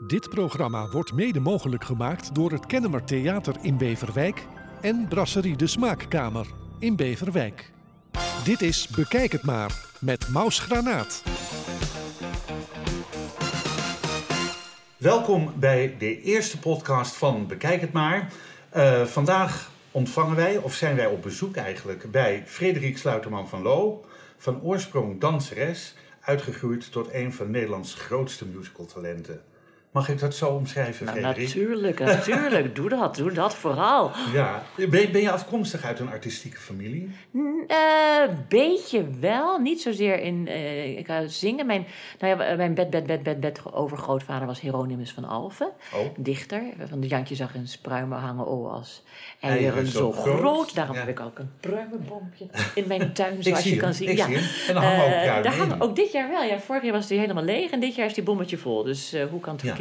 Dit programma wordt mede mogelijk gemaakt door het Kennemer Theater in Beverwijk en Brasserie de Smaakkamer in Beverwijk. Dit is Bekijk het maar met Maus Granaat. Welkom bij de eerste podcast van Bekijk het maar. Vandaag ontvangen wij, of zijn wij op bezoek eigenlijk, bij Frederik Sluiterman van Loo. Van oorsprong danseres, uitgegroeid tot een van Nederlands grootste musicaltalenten. Mag ik dat zo omschrijven, Frederik? Natuurlijk. Doe dat vooral. Ja. Ben je afkomstig uit een artistieke familie? Beetje wel. Niet zozeer in zingen. Mijn overgrootvader was Hieronymus van Alphen. Dichter. Van de Jantje zag een spruimen hangen als eieren zo groot. Daarom heb ik ook een pruimenbompje in mijn tuin, zoals je kan zien. Ik zie hem. En dan hangen ook pruimen daar hangen ook dit jaar wel. Ja, vorig jaar was die helemaal leeg en dit jaar is die bommetje vol. Dus hoe kan het verkeren?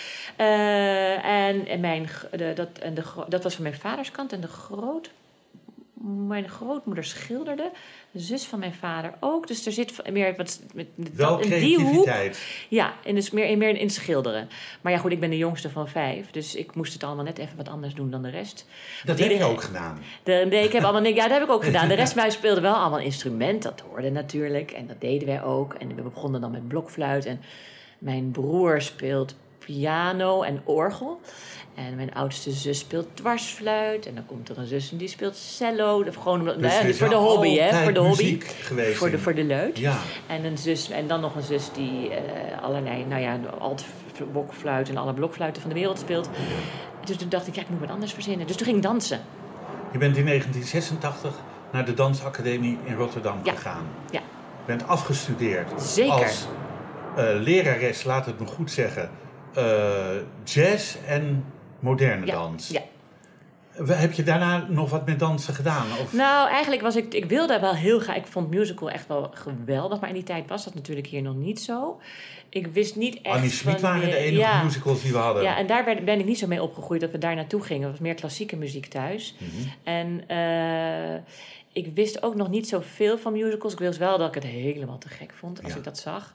Dat was van mijn vaders kant. En mijn grootmoeder schilderde. De zus van mijn vader ook. Dus er zit meer wat wel creativiteit. Ja, en dus meer in schilderen. Maar ja, goed, ik ben de jongste van 5. Dus ik moest het allemaal net even wat anders doen dan de rest. Dat heb je ook gedaan? Dat heb ik ook gedaan. De rest van mij speelde wel allemaal instrument. Dat hoorde natuurlijk. En dat deden wij ook. En we begonnen dan met blokfluit. En mijn broer speelt piano en orgel. En mijn oudste zus speelt dwarsfluit. En dan komt er een zus en die speelt cello. Gewoon voor de hobby, hè? Voor de hobby. Voor de leut. Ja. En dan nog een zus die allerlei, alt-blokfluit en alle blokfluiten van de wereld speelt. Dus toen dacht ik, ik moet wat anders verzinnen. Dus toen ging ik dansen. Je bent in 1986 naar de Dansacademie in Rotterdam gegaan. Ja. Je bent afgestudeerd. Zeker. Als lerares, laat het me goed zeggen, jazz en moderne dans. Ja. Heb je daarna nog wat met dansen gedaan? Of? Nou, eigenlijk ik wilde wel heel graag. Ik vond musical echt wel geweldig. Maar in die tijd was dat natuurlijk hier nog niet zo. Ik wist niet echt. Annie Schmid waren de enige musicals die we hadden. Ja, en daar ben ik niet zo mee opgegroeid dat we daar naartoe gingen. Het was meer klassieke muziek thuis. Mm-hmm. En ik wist ook nog niet zoveel van musicals. Ik wist wel dat ik het helemaal te gek vond als ik dat zag.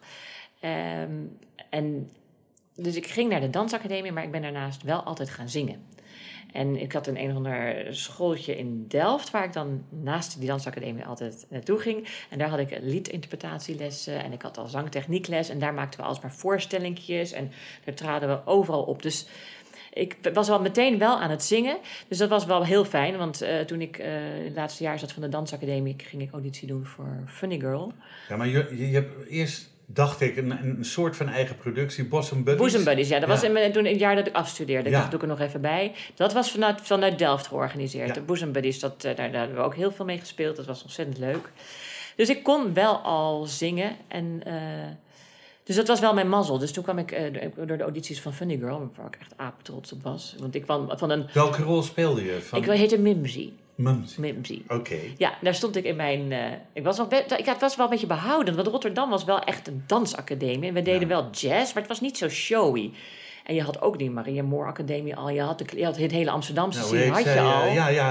Dus ik ging naar de dansacademie, maar ik ben daarnaast wel altijd gaan zingen. En ik had een of ander schooltje in Delft, waar ik dan naast die dansacademie altijd naartoe ging. En daar had ik liedinterpretatielessen en ik had al zangtechniekles. En daar maakten we alsmaar voorstellingjes en daar traden we overal op. Dus ik was al meteen wel aan het zingen. Dus dat was wel heel fijn, want toen ik in het laatste jaar zat van de dansacademie, ging ik auditie doen voor Funny Girl. Ja, maar je hebt eerst, dacht ik, een soort van eigen productie, Bosom Buddies. Bosom Buddies, ja. Dat was toen het jaar dat ik afstudeerde. Dat doe ik er nog even bij. Dat was vanuit Delft georganiseerd. Ja. De Bosom Buddies, daar hebben we ook heel veel mee gespeeld. Dat was ontzettend leuk. Dus ik kon wel al zingen. Dus dat was wel mijn mazzel. Dus toen kwam ik door de audities van Funny Girl, waar ik echt apetrots op was. Want ik kwam van een... Welke rol speelde je? Ik heette Mimsy. Mimsy. Oké. Ja, daar stond ik in mijn... Het was wel een beetje behouden, want Rotterdam was wel echt een dansacademie. En we deden wel jazz, maar het was niet zo showy. En je had ook die Maria Moore Academie al. Je had het hele Amsterdamse scene, had je al.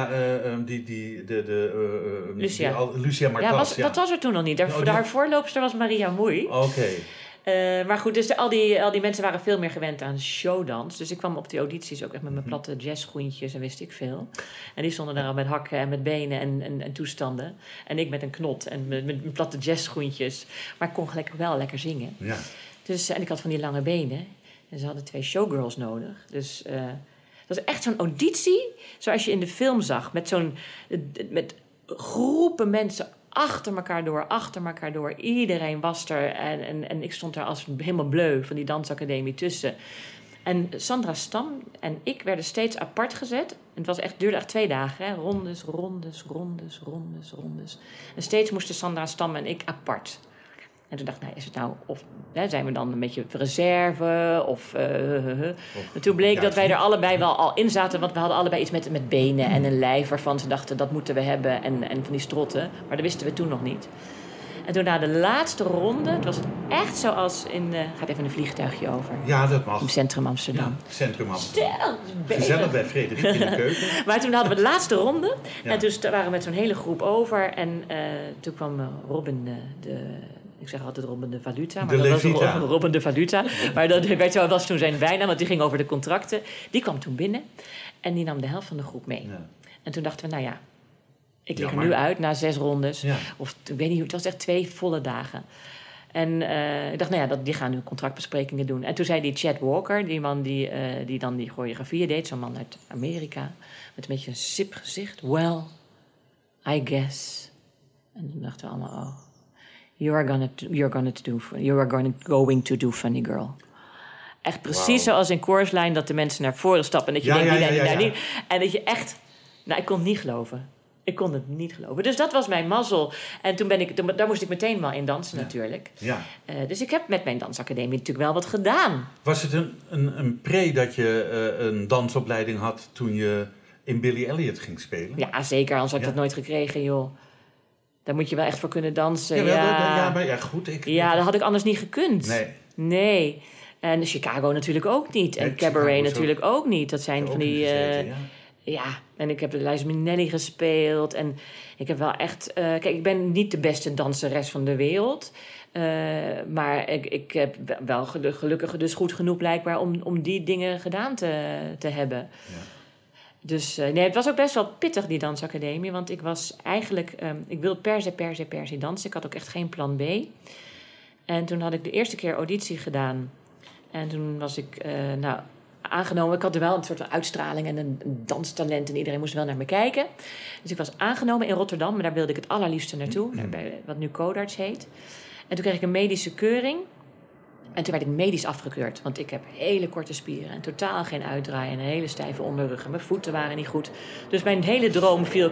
Lucia Martens. Dat was er toen nog niet. Haar voorloopster was Maria Moore. Oké. Maar goed, dus al die mensen waren veel meer gewend aan showdans. Dus ik kwam op die audities ook echt met mijn platte jazzschoentjes en wist ik veel. En die stonden daar al met hakken en met benen en toestanden. En ik met een knot en met mijn platte jazzschoentjes. Maar ik kon wel lekker zingen. Ja. Dus, en ik had van die lange benen. En ze hadden 2 showgirls nodig. Dus dat was echt zo'n auditie zoals je in de film zag. Met groepen mensen achter elkaar door. Iedereen was er. En ik stond daar als helemaal bleu van die dansacademie tussen. En Sandra Stam en ik werden steeds apart gezet. En het duurde echt 2 dagen. Hè? Rondes. En steeds moesten Sandra Stam en ik apart. En toen dacht ik, is het nou... Of zijn we dan een beetje reserve? En toen bleek dat wij er allebei wel al in zaten. Want we hadden allebei iets met benen en een lijf waarvan ze dachten, dat moeten we hebben. En van die strotten. Maar dat wisten we toen nog niet. En toen na de laatste ronde, het was echt zoals in... gaat even een vliegtuigje over. Ja, dat mag. In Centrum Amsterdam. Ja, Centrum Amsterdam. Gezellig bij Frederik in de keuken. Maar toen hadden we de laatste ronde. Ja. En toen waren we met zo'n hele groep over. En toen kwam Robin, Ik zeg altijd Robin de Valuta, De maar dat Levita. was Robin de Valuta. Maar dat was toen zijn bijnaam, want die ging over de contracten. Die kwam toen binnen en die nam de helft van de groep mee. Ja. En toen dachten we, nou ja, ik lig er Jammer. nu uit na 6 rondes. Ja. Of ik weet niet, het was echt 2 volle dagen. En ik dacht, nou ja, die gaan nu contractbesprekingen doen. En toen zei die Chad Walker, die man die dan die choreografieën deed, zo'n man uit Amerika, met een beetje een sip gezicht. Well, I guess. En toen dachten we allemaal, oh, you are going to do Funny Girl. Echt precies zoals in Chorus Line, dat de mensen naar voren stappen en dat je denkt, niet. En dat je echt, nou, ik kon het niet geloven. Ik kon het niet geloven. Dus dat was mijn mazzel. En toen daar moest ik meteen wel in dansen natuurlijk. Ja. Dus ik heb met mijn dansacademie natuurlijk wel wat gedaan. Was het een pre dat je een dansopleiding had toen je in Billy Elliot ging spelen? Ja, zeker. Anders had ik dat nooit gekregen, joh. Daar moet je wel echt voor kunnen dansen. Maar goed. Ja, dat had ik anders niet gekund. Nee. En Chicago natuurlijk ook niet. En Nee, Cabaret Chicago natuurlijk ook niet. Dat zijn van die... Ja, en ik heb de Liza Minnelli gespeeld. En ik heb wel echt... kijk, ik ben niet de beste danseres van de wereld. Maar ik heb wel gelukkig dus goed genoeg blijkbaar om die dingen gedaan te hebben. Ja. Dus nee, het was ook best wel pittig, die dansacademie. Want ik was eigenlijk... ik wilde per se dansen. Ik had ook echt geen plan B. En toen had ik de eerste keer auditie gedaan. En toen was ik... aangenomen. Ik had er wel een soort van uitstraling en een danstalent en iedereen moest wel naar me kijken. Dus ik was aangenomen in Rotterdam, maar daar wilde ik het allerliefste naartoe, bij wat nu Codarts heet. En toen kreeg ik een medische keuring en toen werd ik medisch afgekeurd, want ik heb hele korte spieren en totaal geen uitdraaien en een hele stijve onderrug en mijn voeten waren niet goed. Dus mijn hele droom viel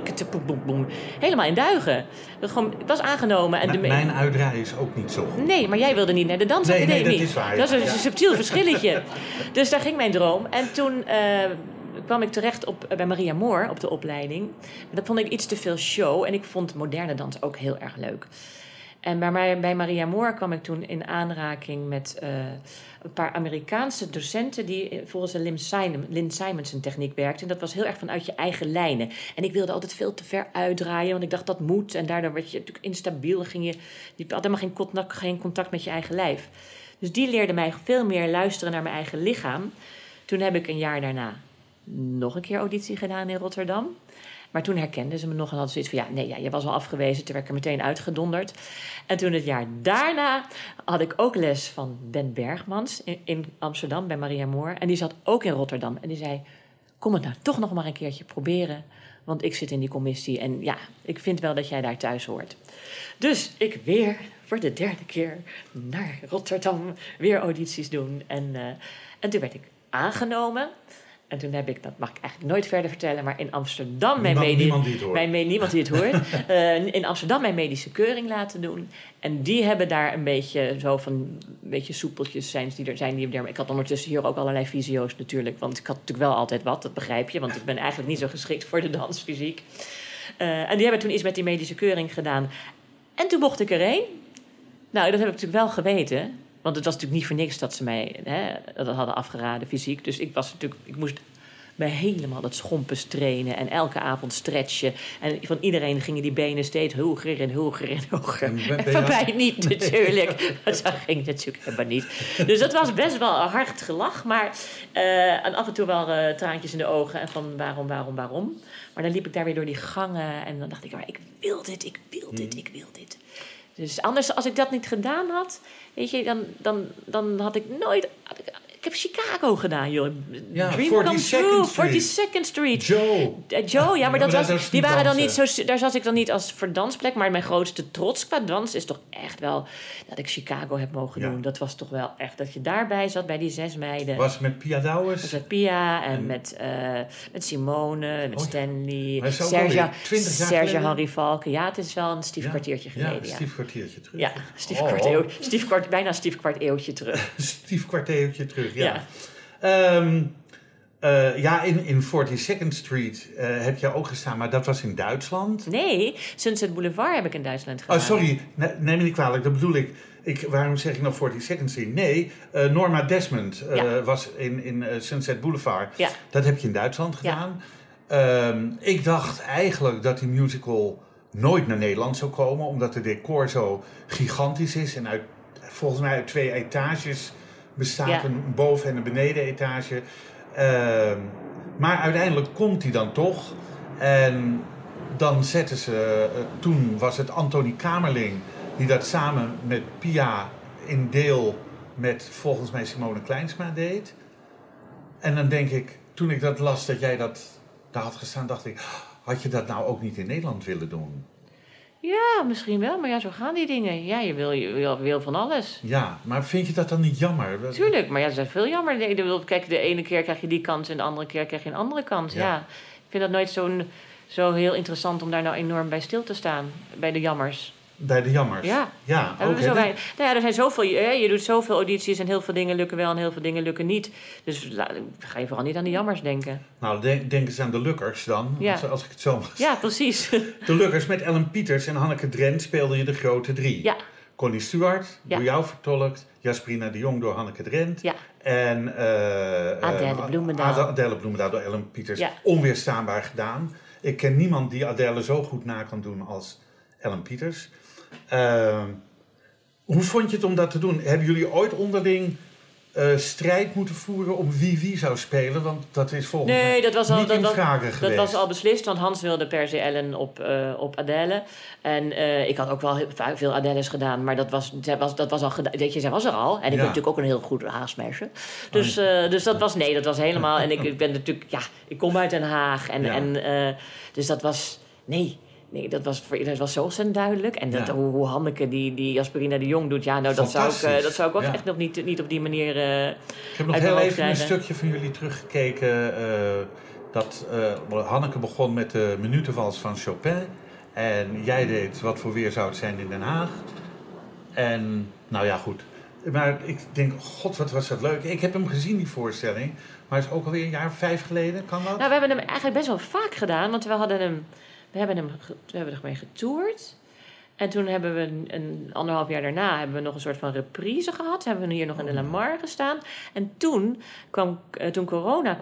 helemaal in duigen. Ik was aangenomen. En mijn uitdraaien is ook niet zo goed. Nee, maar jij wilde niet naar de dansacademie. Nee, dat is waar. Dat is een subtiel verschilletje. Dus daar ging mijn droom. En toen kwam ik terecht bij Maria Moore op de opleiding. Dat vond ik iets te veel show. En ik vond moderne dans ook heel erg leuk. En bij Maria Moore kwam ik toen in aanraking met een paar Amerikaanse docenten die volgens de Lynn Simonson techniek werkten. En dat was heel erg vanuit je eigen lijnen. En ik wilde altijd veel te ver uitdraaien, want ik dacht dat moet. En daardoor werd je natuurlijk instabiel. Je had helemaal geen contact met je eigen lijf. Dus die leerde mij veel meer luisteren naar mijn eigen lichaam. Toen heb ik een jaar daarna nog een keer auditie gedaan in Rotterdam. Maar toen herkenden ze me nog en hadden zoiets van... je was al afgewezen, toen werd ik er meteen uitgedonderd. En toen het jaar daarna had ik ook les van Ben Bergmans in Amsterdam bij Maria Moore. En die zat ook in Rotterdam. En die zei, kom het nou toch nog maar een keertje proberen. Want ik zit in die commissie en ja, ik vind wel dat jij daar thuis hoort. Dus ik weer voor de 3e keer naar Rotterdam weer audities doen. En toen werd ik aangenomen... En toen heb ik, dat mag ik eigenlijk nooit verder vertellen... maar in Amsterdam niemand die het hoort. In Amsterdam mijn medische keuring laten doen. En die hebben daar een beetje zo van... een beetje soepeltjes zijn die er zijn. Ik had ondertussen hier ook allerlei fysio's natuurlijk... want ik had natuurlijk wel altijd wat, dat begrijp je... want ik ben eigenlijk niet zo geschikt voor de dansfysiek. En die hebben toen iets met die medische keuring gedaan. En toen mocht ik erheen. Nou, dat heb ik natuurlijk wel geweten... Want het was natuurlijk niet voor niks dat ze mij dat hadden afgeraden fysiek. Dus ik moest me helemaal dat schompens trainen en elke avond stretchen. En van iedereen gingen die benen steeds hoger en hoger en hoger. En van mij niet natuurlijk. Dat ging natuurlijk helemaal niet. Dus dat was best wel een hard gelach. Maar en af en toe wel traantjes in de ogen. En van waarom. Maar dan liep ik daar weer door die gangen. En dan dacht ik, maar ik wil dit. Dus anders, als ik dat niet gedaan had, weet je, dan had ik nooit... Ik heb Chicago gedaan, joh. Ja, Dream Come True, 42nd Street. Joe, ja, maar die waren dan niet zo... Daar zat ik dan niet als voor dansplek, maar mijn grootste trots qua dans is toch echt wel dat ik Chicago heb mogen doen. Dat was toch wel echt dat je daarbij zat, bij die 6 meiden. Was met Pia Douwes? Was met Pia en met Simone, met Stanley, Serge Henry Valken. Ja, het is wel een stief kwartiertje geleden. Ja, stief kwartiertje terug. Ja, bijna een stief kwart eeuwtje terug. Stief kwart eeuwtje terug. Ja. In 42nd Street heb je ook gestaan, maar dat was in Duitsland. Nee, Sunset Boulevard heb ik in Duitsland gedaan. Oh, sorry, neem me niet kwalijk, dat bedoel ik. Waarom zeg ik nou 42nd Street? Nee, Norma Desmond was in Sunset Boulevard. Ja. Dat heb je in Duitsland gedaan. Ja. Ik dacht eigenlijk dat die musical nooit naar Nederland zou komen, omdat het decor zo gigantisch is en volgens mij uit 2 etages bestaat, Ja. een boven- en een benedenetage. Maar uiteindelijk komt hij dan toch. En dan zetten ze, toen was het Antonie Kamerling die dat samen met Pia in deel met volgens mij Simone Kleinsma deed. En dan denk ik, toen ik dat las dat jij dat daar had gestaan, dacht ik, had je dat nou ook niet in Nederland willen doen? Ja, misschien wel, maar ja, zo gaan die dingen. Ja, je wil van alles. Ja, maar vind je dat dan niet jammer? Tuurlijk, maar ja, dat is veel jammer. Kijk, de ene keer krijg je die kans en de andere keer krijg je een andere kans. Ja. Ja. Ik vind dat nooit zo heel interessant om daar nou enorm bij stil te staan. Bij de jammers. Bij de jammers? Ja. Ja, Hebben we oké. zo weinig- Nou ja, er zijn zoveel, je doet zoveel audities en heel veel dingen lukken wel en heel veel dingen lukken niet. Dus ga je vooral niet aan de jammers denken. Nou, denk eens aan de Lukkers dan, Ja. als ik het zo mag. Ja, precies. De Lukkers met Ellen Pieters en Hanneke Drent speelde je de grote 3. Ja. Connie Stewart, Ja. door jou vertolkt. Jasperina de Jong door Hanneke Drent. Ja. En Adèle Bloemendaal. Adèle Bloemendaal door Ellen Pieters. Ja. Onweerstaanbaar gedaan. Ik ken niemand die Adèle zo goed na kan doen als Ellen Pieters. Hoe vond je het om dat te doen? Hebben jullie ooit onderling strijd moeten voeren om wie zou spelen? Want dat is volgens mij Nee, dat was al, niet in vragen dat geweest. was al beslist, want Hans wilde per se Ellen op Adèle. En ik had ook wel veel Adèles gedaan, maar dat was al gedaan. Weet je, zij was er al. En ik ben natuurlijk ook een heel goed Haagmeisje. Dus dat was helemaal... En ik ben natuurlijk... Ja, ik kom uit Den Haag. Dus dat was... Nee, dat was zo ontzettend duidelijk. En hoe Hanneke die Jasperina de Jong doet... Ja, nou, dat zou ik ook echt nog niet op die manier Ik heb nog uit heel mijn hoofd even een krijgen. stukje van jullie teruggekeken. Dat Hanneke begon met de minutenwals van Chopin. En jij deed Wat voor weer zou het zijn in Den Haag. En, nou ja, goed. Maar ik denk, god, wat was dat leuk. Ik heb hem gezien, die voorstelling. Maar het is ook alweer een jaar of 5 geleden. Kan dat? Nou, we hebben hem eigenlijk best wel vaak gedaan, want we hebben ermee getoerd. En toen hebben we een 1,5 jaar daarna hebben we nog een soort van reprise gehad. Hebben we hier nog in de Lamar gestaan. En toen corona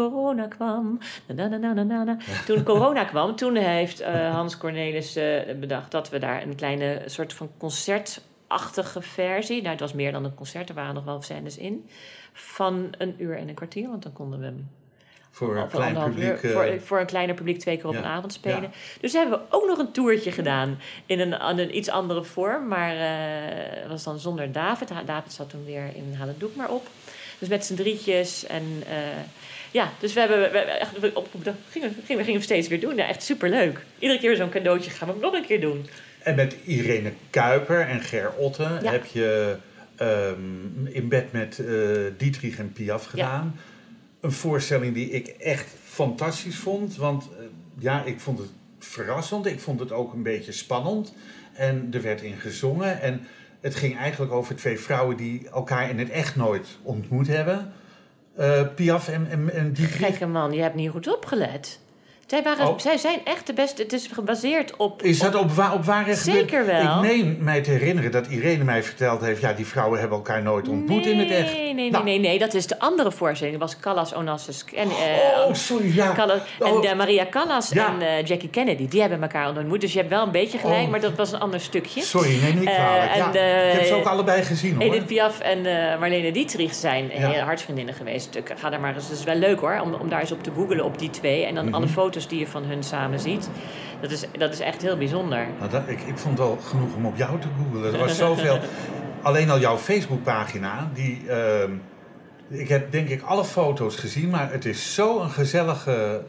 kwam, toen heeft Hans Cornelis bedacht dat we daar een kleine soort van concertachtige versie... Nou, het was meer dan een concert, er waren nog wel scènes in... van 1 uur en een kwartier, want dan konden we hem... Voor een klein publiek. Voor een kleiner publiek 2 keer op een avond spelen. Ja. Dus hebben we ook nog een toertje gedaan in een iets andere vorm. Maar het was dan zonder David. David zat toen weer in Haal het Doek maar op. Dus met z'n drietjes. En dus gingen we steeds weer doen. Ja, echt superleuk. Iedere keer zo'n cadeautje gaan we hem nog een keer doen. En met Irene Kuiper en Ger Otte heb je in bed met Dietrich en Piaf gedaan. Ja. Een voorstelling die ik echt fantastisch vond. Want ik vond het verrassend. Ik vond het ook een beetje spannend. En er werd in gezongen. En het ging eigenlijk over 2 vrouwen die elkaar in het echt nooit ontmoet hebben. Piaf en Dietrich. Gekke man, je hebt niet goed opgelet. Zij zijn echt de beste. Het is gebaseerd op... Is dat op ware Zeker wel. Ik meen mij te herinneren dat Irene mij verteld heeft... ja, die vrouwen hebben elkaar nooit ontmoet in het echt. Nee. Dat is de andere voorstelling. Dat was Callas Onassis. Sorry, ja. En Maria Callas en Jackie Kennedy. Die hebben elkaar ontmoet. Dus je hebt wel een beetje gelijk, maar dat was een ander stukje. Sorry, neem niet kwalijk. Ik heb ze ook allebei gezien, hoor. Edith Piaf en Marlene Dietrich zijn hele hartsvriendinnen geweest. Ga daar maar eens. Het is wel leuk, hoor, om daar eens op te googelen op die 2. En dan alle foto's die je van hun samen ziet. Dat is echt heel bijzonder. Nou, ik vond het wel genoeg om op jou te googelen. Er was zoveel... Alleen al jouw Facebookpagina, ik heb denk ik alle foto's gezien, maar het is zo'n gezellige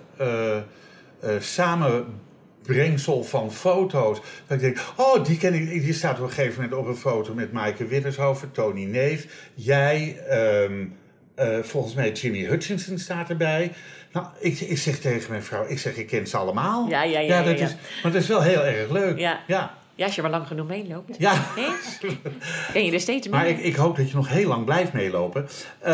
samenbrengsel van foto's. Dat ik denk, die ken ik. Die staat op een gegeven moment op een foto met Maaike Wittershoven, Tony Neef, jij, volgens mij Jimmy Hutchinson staat erbij. Nou, ik zeg tegen mijn vrouw, ik ken ze allemaal. Ja. Maar dat is wel heel erg leuk. Ja, als je maar lang genoeg meeloopt. Ja. Nee? Ken je er steeds meer? Maar ik hoop dat je nog heel lang blijft meelopen.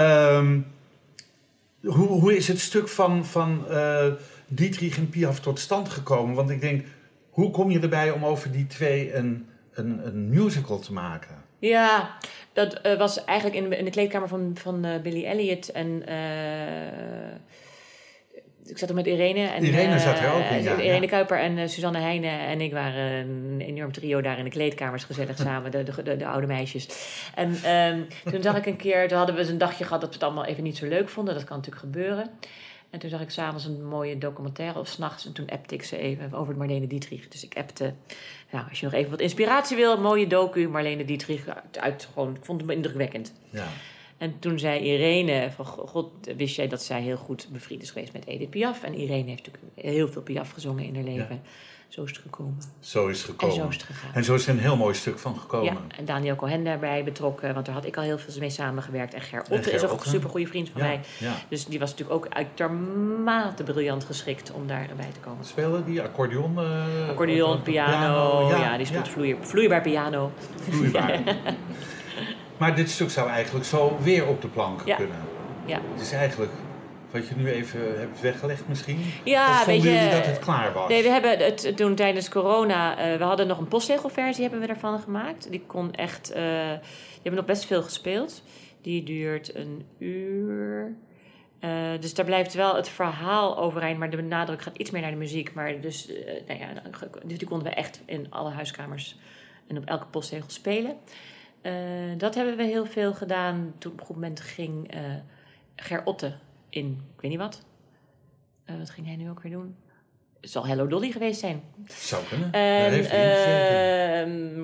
Hoe is het stuk van Dietrich en Piaf tot stand gekomen? Want ik denk, hoe kom je erbij om over die 2 een musical te maken? Ja, dat was eigenlijk in de kleedkamer van Billy Elliot. En Ik zat er met Irene. En, Irene zat er ook in, ja. Irene Kuiper en Suzanne Heijnen en ik waren een enorm trio daar in de kleedkamers gezellig samen, de oude meisjes. En toen zag ik een keer, toen hadden we eens een dagje gehad dat we het allemaal even niet zo leuk vonden. Dat kan natuurlijk gebeuren. En toen zag ik s'avonds een mooie documentaire of 's nachts. En toen appte ik ze even over Marlene Dietrich. Dus ik appte, nou, als je nog even wat inspiratie wil, een mooie docu, Marlene Dietrich. Gewoon, ik vond het indrukwekkend. Ja. En toen zei Irene van, god, wist jij dat zij heel goed bevriend is geweest met Edith Piaf? En Irene heeft natuurlijk heel veel Piaf gezongen in haar leven. Ja. Zo is het gekomen. Zo is het gekomen. En zo is het gegaan. En zo is er een heel mooi stuk van gekomen. Ja, en Daniel Cohen daarbij betrokken, want daar had ik al heel veel mee samengewerkt. En Ger Otte is ook een supergoeie vriend van mij. Ja. Dus die was natuurlijk ook uitermate briljant geschikt om daarbij te komen. Spelen die accordeon? Accordeon, piano. Ja, die speelt vloeibaar piano. Vloeibaar. Maar dit stuk zou eigenlijk zo weer op de plank kunnen. Ja. Het is eigenlijk wat je nu even hebt weggelegd misschien. Ja, of vonden jullie dat het klaar was? Nee, we hebben het toen tijdens corona... we hadden nog een postzegelversie hebben we ervan gemaakt. Die kon echt... die hebben nog best veel gespeeld. Die duurt 1 uur. Dus daar blijft wel het verhaal overeind. Maar de nadruk gaat iets meer naar de muziek. Maar dus, dus die konden we echt in alle huiskamers en op elke postzegel spelen. Dat hebben we heel veel gedaan. Toen op een goed moment ging Ger Otte in, ik weet niet wat. Wat ging hij nu ook weer doen? Het zal Hello Dolly geweest zijn. Zou kunnen. Daar heeft hij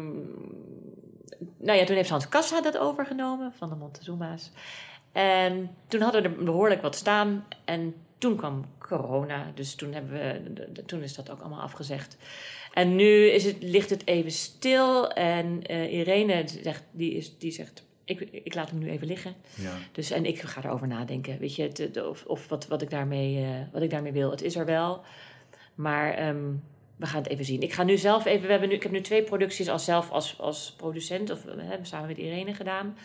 nou ja, toen heeft Hans Kassa dat overgenomen van de Montezuma's. En toen hadden we er behoorlijk wat staan. En toen kwam corona. Dus toen is dat ook allemaal afgezegd. En nu ligt het even stil. En Irene zegt, die zegt, ik laat hem nu even liggen. Ja. Dus, en ik ga erover nadenken. Weet je, of wat ik daarmee wil. Het is er wel. Maar we gaan het even zien. Ik ga nu zelf even... Ik heb nu 2 producties als producent. Of we hebben samen met Irene gedaan.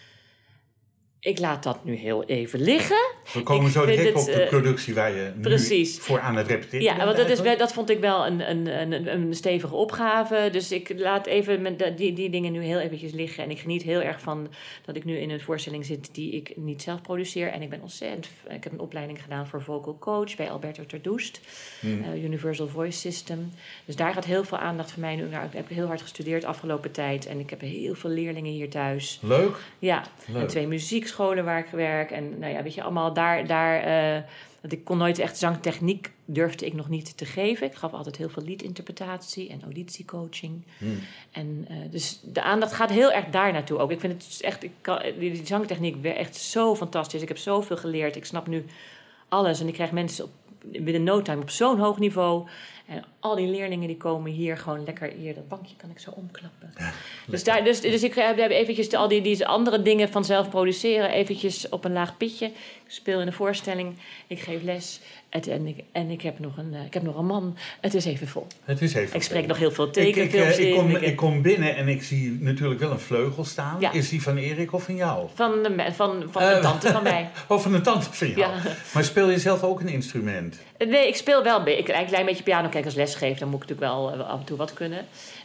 Ik laat dat nu heel even liggen. We komen zo direct op de productie waar je nu voor aan het repeteren bent. Ja, want dat vond ik wel een stevige opgave. Dus ik laat even die dingen nu heel eventjes liggen. En ik geniet heel erg van dat ik nu in een voorstelling zit die ik niet zelf produceer. En ik ben ik heb een opleiding gedaan voor vocal coach bij Alberto Terdoest. Universal Voice System. Dus daar gaat heel veel aandacht van mij nu. Nou, ik heb heel hard gestudeerd afgelopen tijd. En ik heb heel veel leerlingen hier thuis. Leuk. Ja, leuk. En 2 muziekscholen waar ik werk. En nou ja, weet je, allemaal dat ik kon nooit echt zangtechniek, durfde ik nog niet te geven. Ik gaf altijd heel veel liedinterpretatie en auditiecoaching. En dus de aandacht gaat heel erg daar naartoe ook. Ik vind het echt, die zangtechniek weer echt zo fantastisch. Ik heb zoveel geleerd. Ik snap nu alles. En ik krijg mensen binnen no time op zo'n hoog niveau. En al die leerlingen die komen hier gewoon lekker... Hier, dat bankje kan ik zo omklappen. Ja, dus ik heb eventjes al die andere dingen van zelf produceren... eventjes op een laag pitje. Ik speel in een voorstelling. Ik geef les. En ik heb nog een man. Het is even vol. Het is even Ik spreek nog heel veel tekenfilms in. Ik kom binnen en ik zie natuurlijk wel een vleugel staan. Ja. Is die van Erik of van jou? Van de tante van mij. Oh, van de tante van jou. Ja. Maar speel je zelf ook een instrument? Nee, ik speel wel een klein beetje piano. Kijk, als lesgeef, dan moet ik natuurlijk wel af en toe wat kunnen.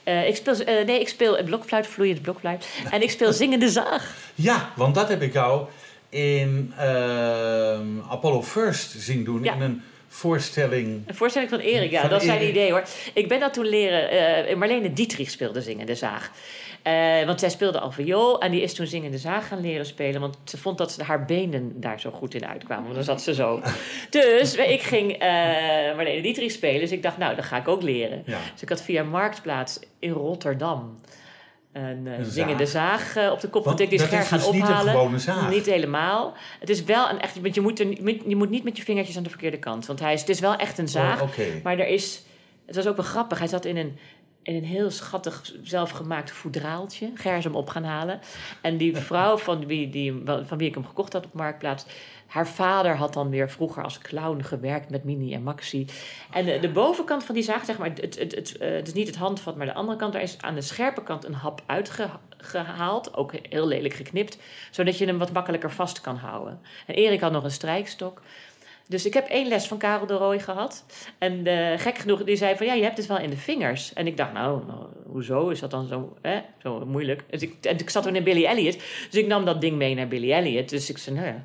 Ik speel blokfluit, vloeiend blokfluit. En ik speel zingende zaag. Ja, want dat heb ik jou in Apollo First zien doen. Ja. In een voorstelling... Een voorstelling van Erik, ja. Dat is zijn idee, hoor. Ik ben dat toen leren... Marlene Dietrich speelde zingende zaag. Want zij speelde al viool en die is toen zingende zaag gaan leren spelen. Want ze vond dat haar benen daar zo goed in uitkwamen. Want dan zat ze zo. Dus ik ging Marlene Dietrich spelen. Dus ik dacht, nou, dat ga ik ook leren. Ja. Dus ik had via Marktplaats in Rotterdam een zingende zaag op de kop getikt. Die is Ger gaan ophalen. Niet een gewone zaag. Niet helemaal. Het is wel een echt... Want je moet niet met je vingertjes aan de verkeerde kant. Want het is wel echt een zaag. Oh, okay. Maar het was ook wel grappig. Hij zat in een heel schattig zelfgemaakt foedraaltje. Ger is hem op gaan halen. En die vrouw van wie ik hem gekocht had op Marktplaats... Haar vader had dan weer vroeger als clown gewerkt met Mini en Maxi. En de bovenkant van die zaag, zeg maar, het is niet het handvat, maar de andere kant, daar is aan de scherpe kant een hap uitgehaald. Ook heel lelijk geknipt, zodat je hem wat makkelijker vast kan houden. En Erik had nog een strijkstok. Dus ik heb 1 les van Karel de Rooij gehad. En gek genoeg, die zei van, ja, je hebt het wel in de vingers. En ik dacht, nou hoezo is dat dan zo moeilijk? Dus ik zat toen in Billy Elliot, dus ik nam dat ding mee naar Billy Elliot. Dus ik zei, nou ja,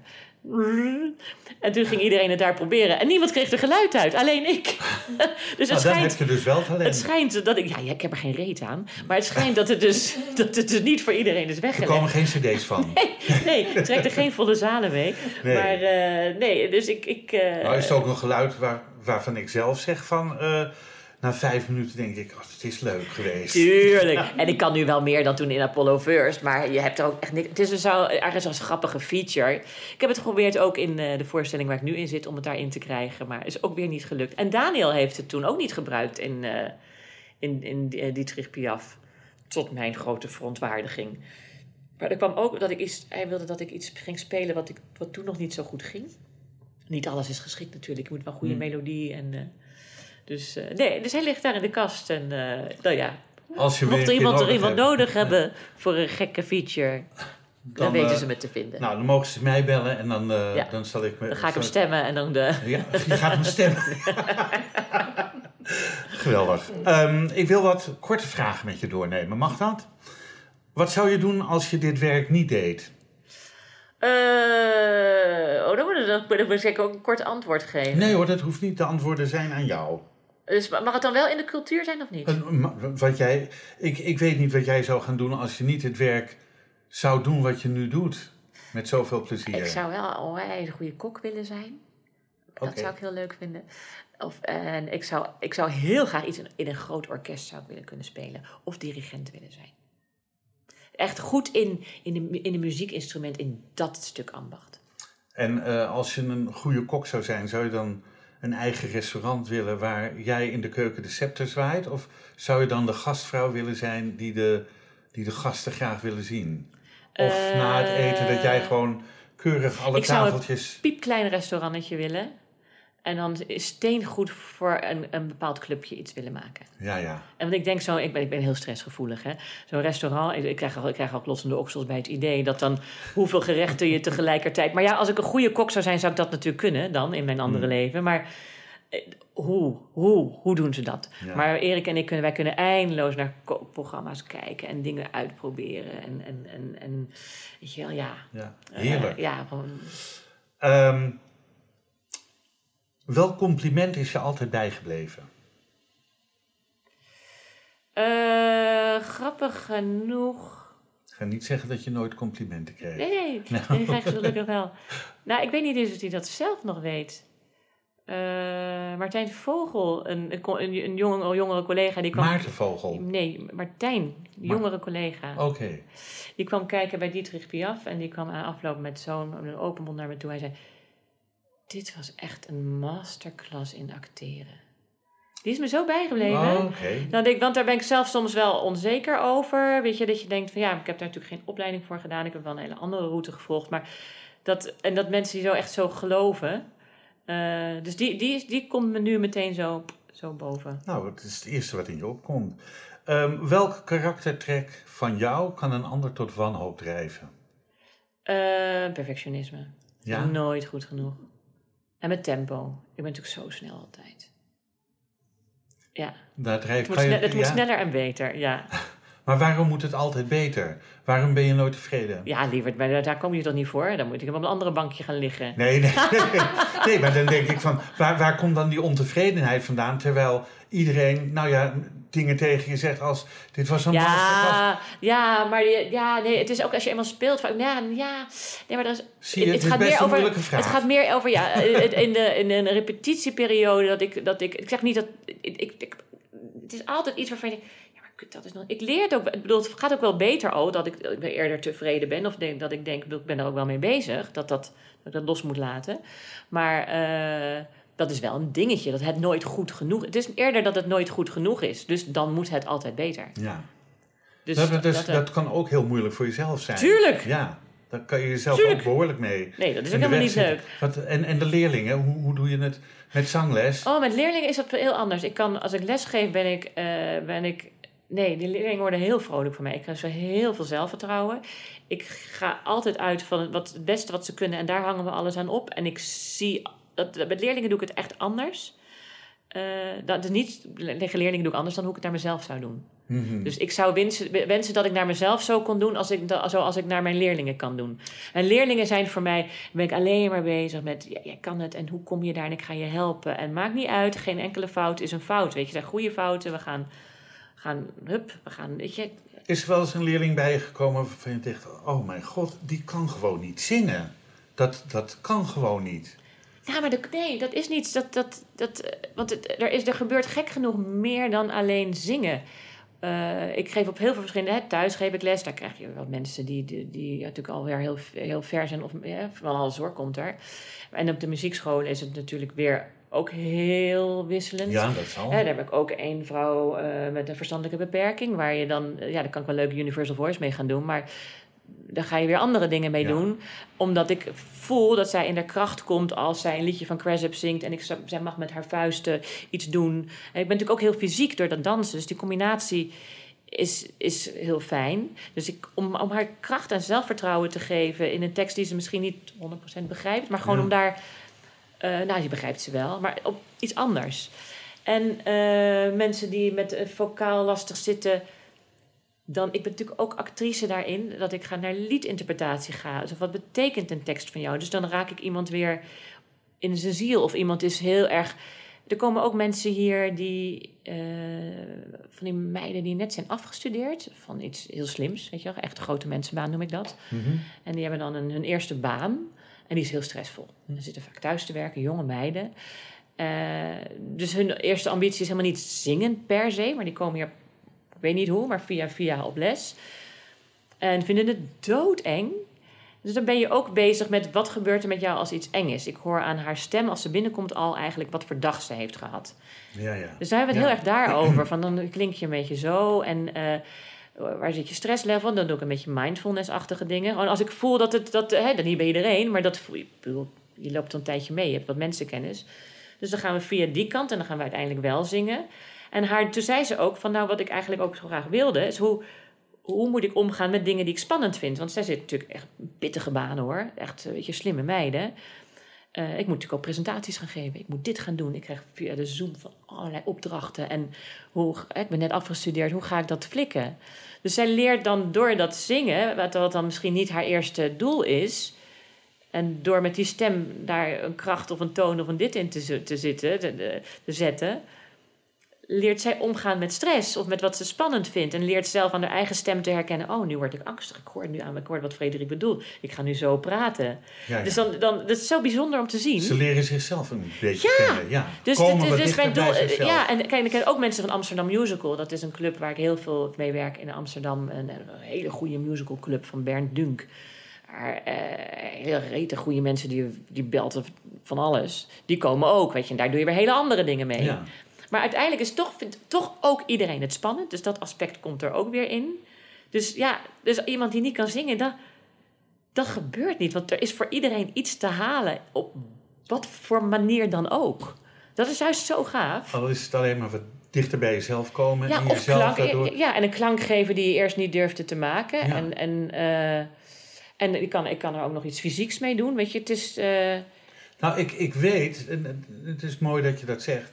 En toen ging iedereen het daar proberen. En niemand kreeg er geluid uit, alleen ik. Dus dan heb je dus wel talent. Het schijnt dat ik... Ja, ik heb er geen reet aan. Maar het schijnt dat het dus niet voor iedereen is weggelegd. Er komen geen cd's van. Nee, ik trek er geen volle zalen mee. Nee. Maar nee, dus ik... Nou is het ook een geluid waarvan ik zelf zeg van... na 5 minuten denk ik, het is leuk geweest. Tuurlijk. En ik kan nu wel meer dan toen in Apollo First. Maar je hebt er ook echt niks... Het is dus ergens als grappige feature. Ik heb het geprobeerd ook in de voorstelling waar ik nu in zit... om het daarin te krijgen. Maar is ook weer niet gelukt. En Daniel heeft het toen ook niet gebruikt in Dietrich Piaf. Tot mijn grote verontwaardiging. Maar er kwam ook dat hij wilde dat ik iets ging spelen... wat toen nog niet zo goed ging. Niet alles is geschikt natuurlijk. Je moet wel goede melodie en... Dus hij ligt daar in de kast. En nou ja, Als je mocht er iemand nodig hebben voor een gekke feature, dan weten ze me te vinden. Nou, dan mogen ze mij bellen en dan zal ik me... Dan ga ik hem stemmen en dan Ja, je gaat hem stemmen. Geweldig. Ik wil wat korte vragen met je doornemen. Mag dat? Wat zou je doen als je dit werk niet deed? Dan moet ik zeker ook een kort antwoord geven. Nee hoor, dat hoeft niet. De antwoorden zijn aan jou. Dus mag het dan wel in de cultuur zijn of niet? Ik weet niet wat jij zou gaan doen als je niet het werk zou doen wat je nu doet. Met zoveel plezier. Ik zou wel een goede kok willen zijn. Dat zou ik heel leuk vinden. En ik zou heel graag iets in een groot orkest zou ik willen kunnen spelen. Of dirigent willen zijn. Echt goed in de muziekinstrument, in dat stuk ambacht. En als je een goede kok zou zijn, zou je dan een eigen restaurant willen waar jij in de keuken de scepter zwaait? Of zou je dan de gastvrouw willen zijn die de gasten graag willen zien? Of na het eten dat jij gewoon keurig alle tafeltjes... Ik zou een piepklein restaurantje willen. En dan steengoed voor een bepaald clubje iets willen maken. Ja. En want ik denk ik ben heel stressgevoelig. Hè? Zo'n restaurant, ik krijg al klossende oksels bij het idee... dat dan hoeveel gerechten je tegelijkertijd... Maar ja, als ik een goede kok zou zijn, zou ik dat natuurlijk kunnen dan in mijn andere leven. Maar hoe doen ze dat? Ja. Maar Erik en ik wij kunnen eindeloos naar kookprogramma's kijken... en dingen uitproberen. En weet je wel, ja. Heerlijk. Gewoon... Welk compliment is je altijd bijgebleven? Grappig genoeg. Ik ga niet zeggen dat je nooit complimenten kreeg. Nee, die krijg je gelukkig wel. Nou, ik weet niet eens of hij dat zelf nog weet. Martijn Vogel, een jongere collega... die kwam, Maarten Vogel? Nee, Martijn, jongere collega. Oké. Die kwam kijken bij Dietrich Piaf... en die kwam aan afloop met een open mond naar me toe. Hij zei... Dit was echt een masterclass in acteren. Die is me zo bijgebleven. Want daar ben ik zelf soms wel onzeker over. Weet je, dat je denkt van ik heb daar natuurlijk geen opleiding voor gedaan. Ik heb wel een hele andere route gevolgd. Maar dat mensen die zo geloven. Dus die komt me nu meteen zo boven. Nou, het is het eerste wat in je opkomt. Welk karaktertrek van jou kan een ander tot wanhoop drijven? Perfectionisme. Ja? Nooit goed genoeg. En met tempo. Ik ben natuurlijk zo snel altijd. Ja. Het moet sneller en beter, ja. Maar waarom moet het altijd beter? Waarom ben je nooit tevreden? Ja, lieverd, daar kom je toch niet voor? Dan moet ik op een andere bankje gaan liggen. Nee, maar dan denk ik van... Waar komt dan die ontevredenheid vandaan? Terwijl iedereen, dingen tegen je zegt als... Dit was een het is ook als je eenmaal speelt... maar dat is... Zie je, het gaat best een moeilijke vraag. Het gaat meer over, in een repetitieperiode dat ik... Ik zeg niet dat... het is altijd iets waarvan je denkt... Dat is nog, ik leer het ook. Ik bedoel, het gaat ook wel beter dat ik eerder tevreden ben. Of dat ik denk, ik ben er ook wel mee bezig. Dat ik dat los moet laten. Maar dat is wel een dingetje. Dat het nooit goed genoeg is. Het is eerder dat het nooit goed genoeg is. Dus dan moet het altijd beter. Ja. Dus dat kan ook heel moeilijk voor jezelf zijn. Tuurlijk. Ja. Daar kan je jezelf ook behoorlijk mee. Nee, dat is ook helemaal niet leuk. En de leerlingen, hoe doe je het met zangles? Met leerlingen is dat heel anders. Als ik les geef, ben ik... Nee, die leerlingen worden heel vrolijk van mij. Ik krijg zo heel veel zelfvertrouwen. Ik ga altijd uit van het beste wat ze kunnen. En daar hangen we alles aan op. En ik zie... met leerlingen doe ik het echt anders. Dat is niet... Tegen leerlingen doe ik anders dan hoe ik het naar mezelf zou doen. Mm-hmm. Dus ik zou wensen dat ik naar mezelf zo kon doen zoals ik naar mijn leerlingen kan doen. En leerlingen zijn voor mij, ben ik alleen maar bezig met, jij kan het en hoe kom je daar en ik ga je helpen. En maakt niet uit, geen enkele fout is een fout. Weet je, er zijn goede fouten, we gaan, weet je. Is er wel eens een leerling bij je gekomen waarvan je dacht, oh mijn god, die kan gewoon niet zingen. Dat kan gewoon niet. Ja, maar nee, dat is niets. Want er gebeurt gek genoeg meer dan alleen zingen. Ik geef op heel veel verschillende... thuis geef ik les. Daar krijg je wat mensen die natuurlijk alweer heel ver zijn. Of van alles hoor, komt er. En op de muziekschool is het natuurlijk weer ook heel wisselend. Ja, dat zal. Daar heb ik ook één vrouw met een verstandelijke beperking. Waar je dan... daar kan ik wel leuk Universal Voice mee gaan doen. Maar daar ga je weer andere dingen mee doen. Omdat ik voel dat zij in de kracht komt als zij een liedje van Cresip zingt. En zij mag met haar vuisten iets doen. En ik ben natuurlijk ook heel fysiek door dat dansen. Dus die combinatie is heel fijn. Dus om haar kracht en zelfvertrouwen te geven in een tekst die ze misschien niet 100% begrijpt. Maar gewoon om daar... die begrijpt ze wel. Maar op iets anders. En mensen die met vocaal lastig zitten... Ik ben natuurlijk ook actrice daarin, dat ik naar liedinterpretatie ga. Dus wat betekent een tekst van jou? Dus dan raak ik iemand weer in zijn ziel. Of iemand is heel erg... Er komen ook mensen hier van die meiden die net zijn afgestudeerd. Van iets heel slims, weet je wel. Echt een grote mensenbaan noem ik dat. Mm-hmm. En die hebben dan hun eerste baan. En die is heel stressvol. Ze zitten vaak thuis te werken, jonge meiden. Dus hun eerste ambitie is helemaal niet zingen per se. Maar die komen hier... Ik weet niet hoe, maar via op les. En vinden het doodeng. Dus dan ben je ook bezig met wat gebeurt er met jou als iets eng is. Ik hoor aan haar stem als ze binnenkomt al eigenlijk wat voor dag ze heeft gehad. Ja. Dus daar hebben we het heel erg daarover. Van dan klink je een beetje zo en waar zit je stresslevel? Dan doe ik een beetje mindfulness-achtige dingen. Gewoon als ik voel dat niet bij iedereen, maar dat voel je loopt een tijdje mee. Je hebt wat mensenkennis. Dus dan gaan we via die kant en dan gaan we uiteindelijk wel zingen. En toen zei ze ook van, wat ik eigenlijk ook zo graag wilde... is hoe moet ik omgaan met dingen die ik spannend vind? Want zij zit natuurlijk echt pittige banen, hoor. Echt, slimme meiden. Ik moet natuurlijk ook presentaties gaan geven. Ik moet dit gaan doen. Ik krijg via de Zoom van allerlei opdrachten. En ik ben net afgestudeerd. Hoe ga ik dat flikken? Dus zij leert dan door dat zingen... wat dan misschien niet haar eerste doel is... en door met die stem daar een kracht of een toon of een dit in te zetten... leert zij omgaan met stress of met wat ze spannend vindt. En leert zelf aan haar eigen stem te herkennen... oh, nu word ik angstig. Ik hoor wat Frederik bedoelt. Ik ga nu zo praten. Ja. Dus dan dat is zo bijzonder om te zien. Ze leren zichzelf een beetje kennen. Ja. Dus mijn doel... en kijk, ik ken ook mensen van Amsterdam Musical. Dat is een club waar ik heel veel mee werk in Amsterdam. Een hele goede musicalclub van Bernd Dunk. Heel rete goede mensen die belten van alles. Die komen ook, weet je. En daar doe je weer hele andere dingen mee. Ja. Maar uiteindelijk vindt toch ook iedereen het spannend. Dus dat aspect komt er ook weer in. Dus dus iemand die niet kan zingen, dat gebeurt niet. Want er is voor iedereen iets te halen. Op wat voor manier dan ook. Dat is juist zo gaaf. Al is het alleen maar wat dichter bij jezelf komen. Ja, of klank, en een klank geven die je eerst niet durfde te maken. Ja. En ik kan er ook nog iets fysieks mee doen. Weet je, het is... ik weet, en het is mooi dat je dat zegt...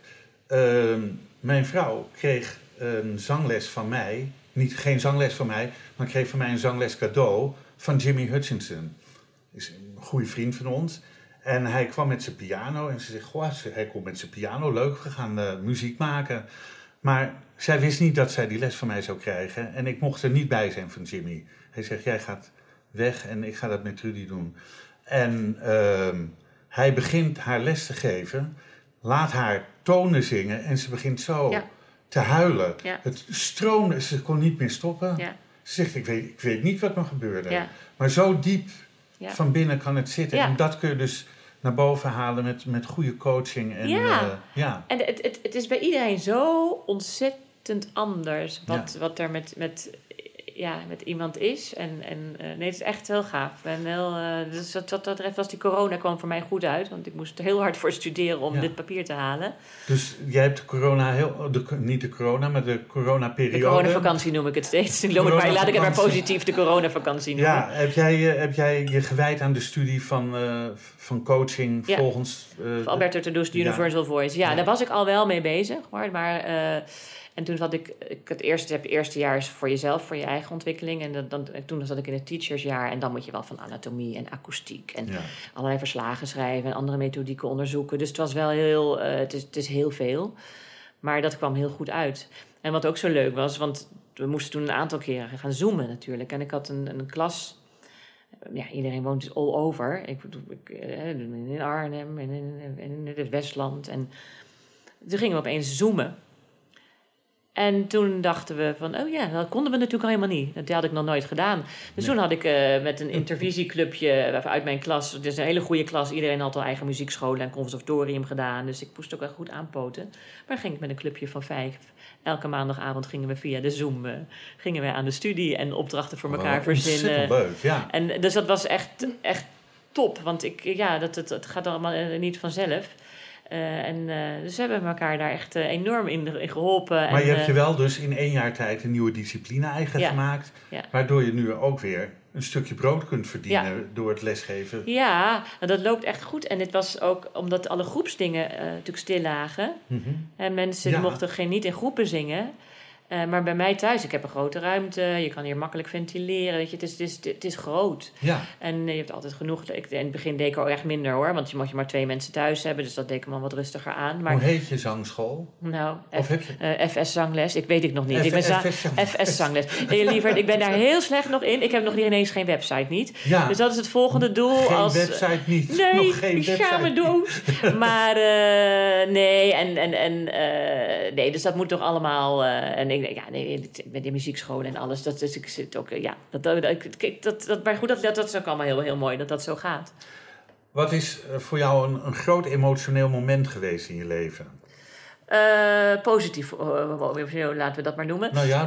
mijn vrouw kreeg een zangles van mij. Geen zangles van mij, maar kreeg van mij een zangles cadeau van Jimmy Hutchinson. Is een goede vriend van ons. En hij kwam met zijn piano en ze zegt, goh, hij komt met zijn piano, leuk, we gaan muziek maken. Maar zij wist niet dat zij die les van mij zou krijgen. En ik mocht er niet bij zijn van Jimmy. Hij zegt, jij gaat weg en ik ga dat met Trudy doen. En hij begint haar les te geven, laat haar tonen zingen en ze begint zo te huilen. Ja. Het stroomde, ze kon niet meer stoppen. Ja. Ze zegt, ik weet niet wat me gebeurde. Ja. Maar zo diep van binnen kan het zitten. Ja. En dat kun je dus naar boven halen met goede coaching. En, en het is bij iedereen zo ontzettend anders wat er met iemand is. Nee, het is echt heel gaaf. En dus wat dat betreft was die corona kwam voor mij goed uit. Want ik moest er heel hard voor studeren om dit papier te halen. Dus jij hebt de corona niet de corona, maar de coronaperiode. De coronavakantie noem ik het steeds. Laat ik het maar positief de coronavakantie noemen. Ja, heb jij je gewijd aan de studie van coaching volgens... Alberto Tadus, de Universal Voice. Ja, daar was ik al wel mee bezig. Maar En toen zat ik het eerste jaar is voor jezelf, voor je eigen ontwikkeling. En toen zat ik in het teachersjaar. En dan moet je wel van anatomie en akoestiek en allerlei verslagen schrijven en andere methodieken onderzoeken. Dus het was wel heel, het is heel veel. Maar dat kwam heel goed uit. En wat ook zo leuk was, want we moesten toen een aantal keren gaan zoomen natuurlijk. En ik had een klas. Ja, iedereen woont dus all over. In Arnhem en in het Westland. En toen gingen we opeens zoomen. En toen dachten we van, oh ja, dat konden we natuurlijk al helemaal niet. Dat had ik nog nooit gedaan. Dus toen had ik met een intervisieclubje uit mijn klas. Het is een hele goede klas. Iedereen had al eigen muziekscholen en conservatorium gedaan. Dus ik moest ook wel goed aanpoten. Maar ging ik met een clubje van 5. Elke maandagavond gingen we via de Zoom gingen we aan de studie en opdrachten voor elkaar verzinnen. Leuk, ja. En dus dat was echt top. Want het gaat allemaal niet vanzelf. Dus hebben we elkaar daar echt enorm in geholpen. Maar je hebt je wel dus in 1 jaar tijd een nieuwe discipline eigen gemaakt. Ja. Waardoor je nu ook weer een stukje brood kunt verdienen door het lesgeven. Ja, dat loopt echt goed. En dit was ook omdat alle groepsdingen natuurlijk stil lagen. Mm-hmm. En mensen die mochten niet in groepen zingen. Maar bij mij thuis, ik heb een grote ruimte. Je kan hier makkelijk ventileren. Weet je, het is groot. Ja. En je hebt altijd genoeg. In het begin deed ik al echt minder hoor. Want je mocht maar 2 mensen thuis hebben. Dus dat deed ik me wat rustiger aan. Maar, hoe heet je zangschool? Nou, FS Zangles. Ik weet het nog niet. FS Zangles. Nee, lieverd, ik ben daar heel slecht nog in. Ik heb nog ineens geen website niet. Ja. Dus dat is het volgende doel. Geen website niet. Nee, nog geen website. Ga me dood. Maar nee. Nee, dus dat moet toch allemaal... met de muziekscholen en alles. Dat is, ik zit ook, maar goed, dat is ook allemaal heel, heel mooi dat zo gaat. Wat is voor jou een groot emotioneel moment geweest in je leven? Positief, laten we dat maar noemen. Nou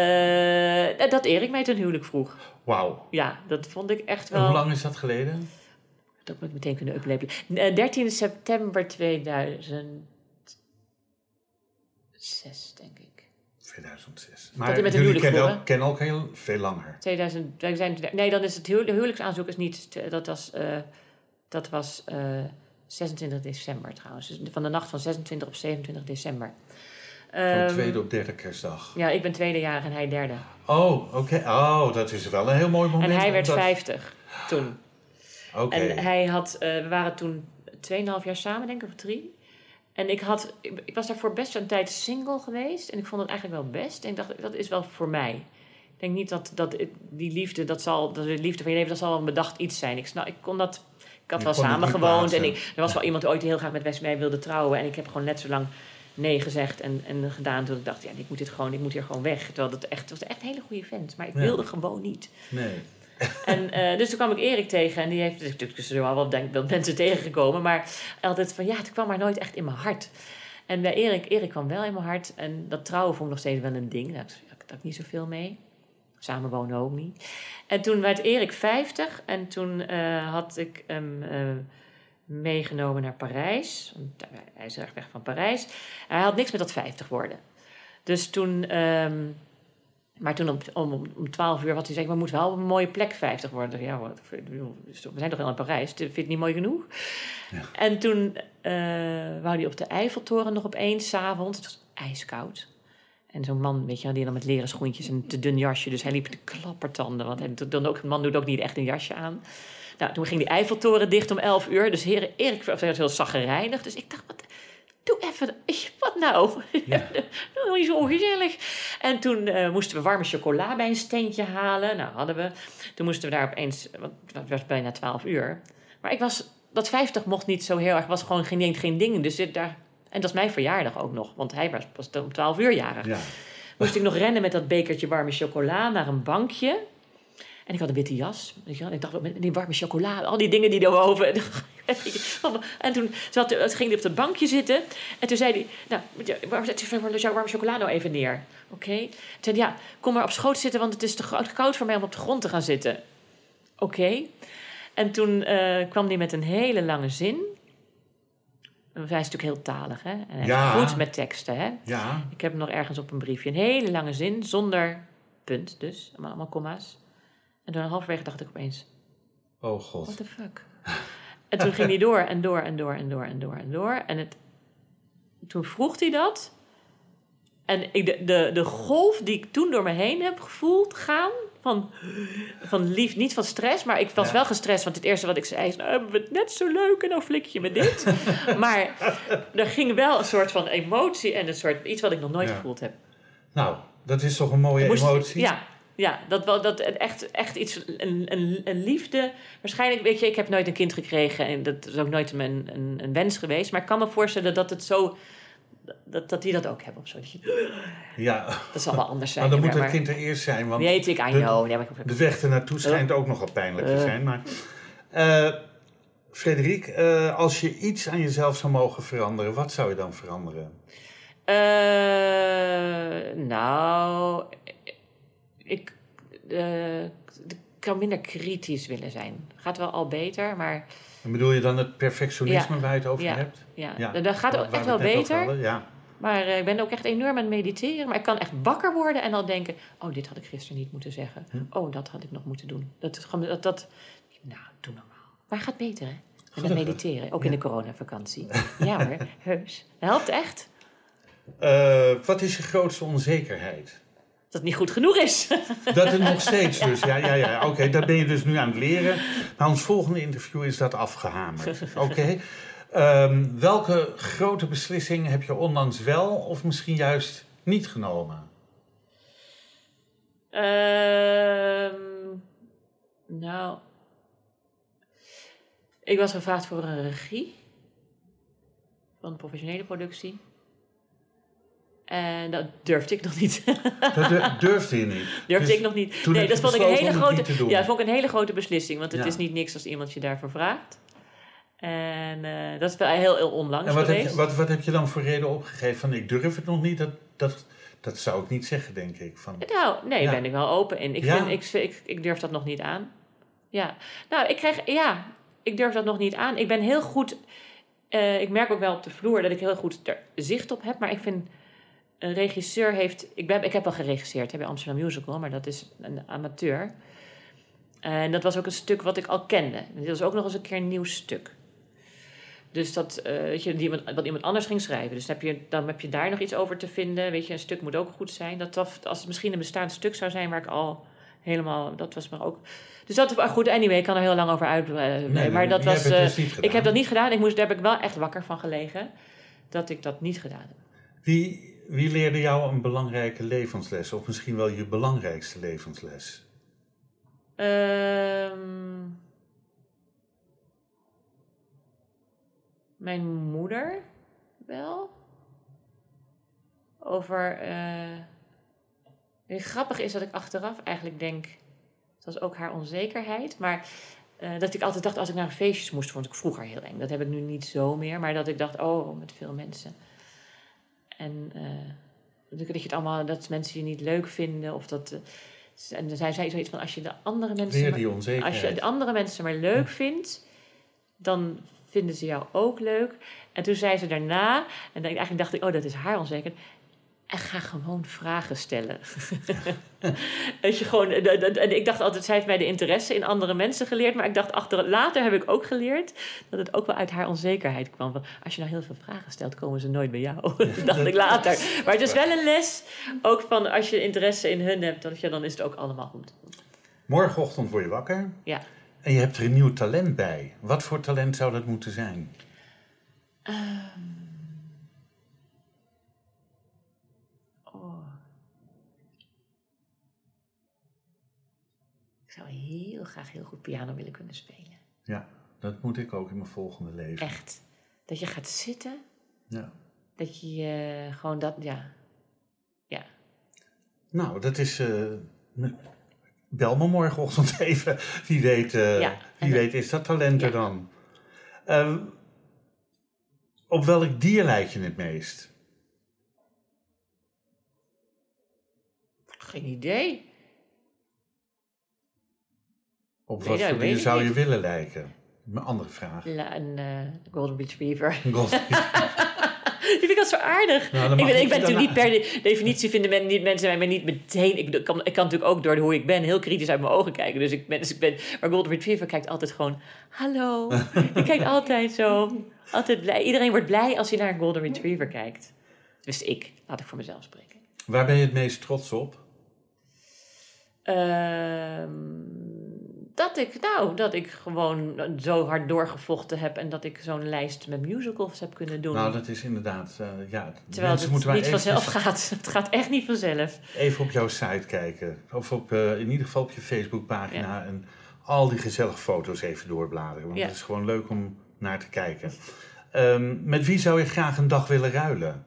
ja, dat Erik mij ten huwelijk vroeg. Wauw. Ja, dat vond ik echt wel... En hoe lang is dat geleden? Dat moet ik meteen kunnen uplepelen. 13 september 2006, denk ik. 2006. Maar jullie kennen ook heel veel langer. 2000, dan is het huwelijksaanzoek is niet... Dat was 26 december trouwens. Dus van de nacht van 26 op 27 december. Van tweede op derde kerstdag. Ja, ik ben tweedejarig en hij derde. Oh, oké. Oh, dat is wel een heel mooi moment. En hij werd 50 toen. Oké. En hij had... we waren toen 2,5 jaar samen, denk ik, of 3. En ik was daarvoor best een tijd single geweest. En ik vond het eigenlijk wel best. En ik dacht, dat is wel voor mij. Ik denk niet dat die liefde, de liefde van je leven, dat zal wel een bedacht iets zijn. Ik had wel samen gewoond. En er was wel iemand ooit die heel graag met mij wilde trouwen. En ik heb gewoon net zo lang nee gezegd en gedaan. Toen ik dacht, ja, ik moet hier gewoon weg. Terwijl het was echt een hele goede vent. Maar ik wilde gewoon niet. Nee. En dus toen kwam ik Erik tegen. En die heeft natuurlijk zo al wat mensen tegengekomen. Maar altijd van, het kwam maar nooit echt in mijn hart. En bij Erik kwam wel in mijn hart. En dat trouwen vond ik nog steeds wel een ding. Daar had ik niet zoveel mee. Samenwonen ook niet. En toen werd Erik 50. En toen had ik hem meegenomen naar Parijs. Hij is erg weg van Parijs. Hij had niks met dat 50 worden. Dus toen... maar toen om 12 uur had hij gezegd... we moeten wel op een mooie plek 50 worden. Ja, we zijn toch wel in Parijs? Vind je het niet mooi genoeg? Ja. En toen wou hij op de Eiffeltoren nog opeens 's avonds. Het was ijskoud. En zo'n man, weet je, die dan met leren schoentjes en een te dun jasje. Dus hij liep de klappertanden. Want een man doet ook niet echt een jasje aan. Nou, toen ging die Eiffeltoren dicht om 11 uur. Dus Erik was heel chagrijnig. Dus ik dacht, doe even, wat nou? Ja. Doe zo ongezellig. En toen moesten we warme chocola bij een steentje halen. Nou, hadden we. Toen moesten we daar opeens, want het was bijna 12 uur. Maar dat 50 mocht niet zo heel erg, was gewoon geen ding. Dus en dat is mijn verjaardag ook nog, want hij was om 12 uur jarig. Ja. Moest ik nog rennen met dat bekertje warme chocola naar een bankje. En ik had een witte jas. Weet je wel? En ik dacht, met die warme chocola, al die dingen die er boven. En toen ging hij op het bankje zitten. En toen zei hij, zet jouw warme chocola nou even neer. Oké. Toen zei hij, kom maar op schoot zitten, want het is te koud voor mij om op de grond te gaan zitten. Oké. En toen kwam hij met een hele lange zin. Hij is natuurlijk heel talig, hè? En hij is goed met teksten, hè? Ja. Ik heb hem nog ergens op een briefje. Een hele lange zin, zonder punt dus. Allemaal komma's. En toen halverwege dacht ik opeens... Oh god. What the fuck? En toen ging hij door en door en door en door en door en door. En toen vroeg hij dat. En de golf die ik toen door me heen heb gevoeld gaan... Van lief, niet van stress, maar ik was wel gestrest. Want het eerste wat ik zei is... Nou, hebben we het net zo leuk en nou flik je me dit. Maar er ging wel een soort van emotie... en een soort iets wat ik nog nooit gevoeld heb. Nou, dat is toch een mooie emotie? Ja, dat echt iets... Een liefde... Waarschijnlijk, weet je, ik heb nooit een kind gekregen... en dat is ook nooit een wens geweest. Maar ik kan me voorstellen dat het zo... Dat die dat ook hebben of zo. Dat zal wel anders zijn. Maar dan moet het kind er eerst zijn. Want weet ik, I know. De weg ernaartoe schijnt ook nogal pijnlijk te zijn. Maar Frederik, als je iets aan jezelf zou mogen veranderen, wat zou je dan veranderen? Ik kan minder kritisch willen zijn. Gaat wel al beter, maar... En bedoel je dan het perfectionisme waar je het over hebt? Ja. Dat gaat ook echt wel beter. Maar ik ben ook echt enorm aan het mediteren. Maar ik kan echt wakker worden en dan denken... Oh, dit had ik gisteren niet moeten zeggen. Oh, dat had ik nog moeten doen. Nou, doe normaal. Maar het gaat beter, hè? En dat mediteren. Ook in de coronavakantie. Ja hoor, heus. Dat helpt echt. Wat is je grootste onzekerheid? Dat het niet goed genoeg is. Dat het nog steeds dus. Ja. Oké, dat ben je dus nu aan het leren. Maar ons volgende interview is dat afgehamerd. Oké. Welke grote beslissing heb je onlangs wel of misschien juist niet genomen? Ik was gevraagd voor een regie van een professionele productie. En dat durfde ik nog niet. Dat durfde je niet? Durfde ik nog niet. Nee, dat vond ik een hele grote beslissing. Want het is niet niks als iemand je daarvoor vraagt. En dat is wel heel onlangs geweest. Wat heb je dan voor reden opgegeven? Van ik durf het nog niet? Dat zou ik niet zeggen, denk ik. Daar ben ik wel open in. Ik durf dat nog niet aan. Ja. Nou, ik durf dat nog niet aan. Ik ben heel goed... ik merk ook wel op de vloer dat ik heel goed er zicht op heb. Maar ik vind... Een regisseur heeft... Ik heb wel geregisseerd bij Amsterdam Musical, maar dat is een amateur. En dat was ook een stuk wat ik al kende. En dit was ook nog eens een keer een nieuw stuk. Dus dat, wat iemand anders ging schrijven. Dus dan heb je daar nog iets over te vinden. Weet je, een stuk moet ook goed zijn. Als het misschien een bestaand stuk zou zijn waar ik al helemaal... Dat was maar ook... Dus dat was goed. Anyway, ik kan er heel lang over uit. Maar dat was... ik heb dat niet gedaan. Daar heb ik wel echt wakker van gelegen. Dat ik dat niet gedaan heb. Wie leerde jou een belangrijke levensles? Of misschien wel je belangrijkste levensles? Mijn moeder wel. Grappig is dat ik achteraf eigenlijk denk... Dat was ook haar onzekerheid. Maar dat ik altijd dacht, als ik naar feestjes moest... vond ik vroeger heel eng. Dat heb ik nu niet zo meer. Maar dat ik dacht, met veel mensen... En dat je het allemaal, dat mensen je niet leuk vinden. Of dat, en dan zei zij zoiets van, als je de andere mensen maar leuk vindt, dan vinden ze jou ook leuk. En toen zei ze daarna, en eigenlijk dacht ik, dat is haar onzekerheid. En ga gewoon vragen stellen. Als je gewoon, en ik dacht altijd, zij heeft mij de interesse in andere mensen geleerd. Maar ik dacht, later heb ik ook geleerd dat het ook wel uit haar onzekerheid kwam. Van, als je nou heel veel vragen stelt, komen ze nooit bij jou. Dat dacht ik later. Maar het is wel een les, ook van als je interesse in hun hebt, dan is het ook allemaal goed. Morgenochtend word je wakker. Ja. En je hebt er een nieuw talent bij. Wat voor talent zou dat moeten zijn? Ik zou heel graag heel goed piano willen kunnen spelen. Ja, dat moet ik ook in mijn volgende leven. Echt. Dat je gaat zitten. Ja. Dat je gewoon dat, ja. Nou, dat is... bel me morgenochtend even. Wie weet is dat talent er dan. Op welk dier lijk je het meest? Geen idee. Op wat voor dier zou je willen lijken? Een andere vraag. Een golden retriever. Een golden retriever. Die vind ik dat zo aardig. Nou, ik ben natuurlijk niet per definitie vinden mensen mij niet meteen... Ik kan natuurlijk ook door hoe ik ben heel kritisch uit mijn ogen kijken. Dus ik ben... Maar golden retriever kijkt altijd gewoon... Hallo. Die kijkt altijd zo... Altijd blij. Iedereen wordt blij als hij naar een golden retriever kijkt. Dus laat ik voor mezelf spreken. Waar ben je het meest trots op? Dat ik gewoon zo hard doorgevochten heb en dat ik zo'n lijst met musicals heb kunnen doen. Nou, dat is inderdaad... Terwijl het niet vanzelf gaat. Het gaat echt niet vanzelf. Even op jouw site kijken. Of in ieder geval op je Facebookpagina. En al die gezellige foto's even doorbladeren. Want het is gewoon leuk om naar te kijken. Met wie zou je graag een dag willen ruilen?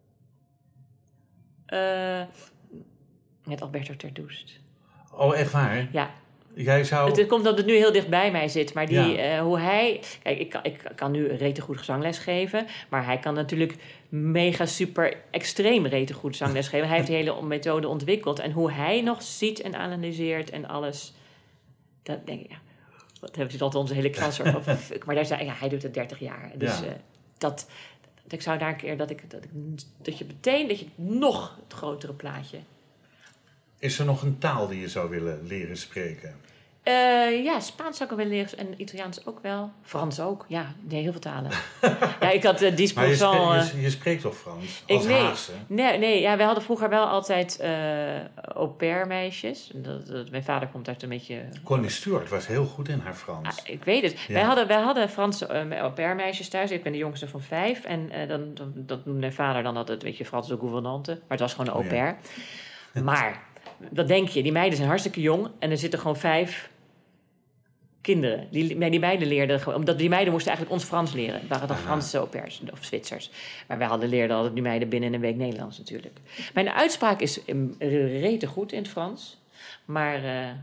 Met Alberto Terdoest. Oh, echt waar? Ja. Jij zou... Het komt dat het nu heel dicht bij mij zit. Maar hoe hij... Kijk, ik kan nu rete goed zangles geven. Maar hij kan natuurlijk mega super extreem rete goed zangles geven. Hij heeft de hele methode ontwikkeld. En hoe hij nog ziet en analyseert en alles... Dat denk ik, dat hebben we altijd onze hele klas over. Maar hij doet het 30 jaar. Dus dat ik zou daar een keer... Dat je meteen het nog het grotere plaatje... Is er nog een taal die je zou willen leren spreken? Spaans zou ik wel willen leren en Italiaans ook wel. Frans ook, heel veel talen. Ik had 10%... Maar je spreekt toch Frans? Als Haagse? Nee, wij hadden vroeger wel altijd au pair meisjes. Mijn vader komt uit een beetje... Connie Stewart was heel goed in haar Frans. Ik weet het. Ja. Wij hadden Franse au pair meisjes thuis. Ik ben de jongste van 5. En dat noemde mijn vader dan altijd, weet je, Franse gouvernante. Maar het was gewoon een au pair. Ja. Maar... Wat denk je? Die meiden zijn hartstikke jong en er zitten gewoon 5 kinderen. Die meiden leerden, omdat die meiden moesten eigenlijk ons Frans leren. Het waren dan Franse au pairs of Zwitsers. Maar wij leerden altijd die meiden binnen een week Nederlands natuurlijk. Mijn uitspraak is rete goed in het Frans. Maar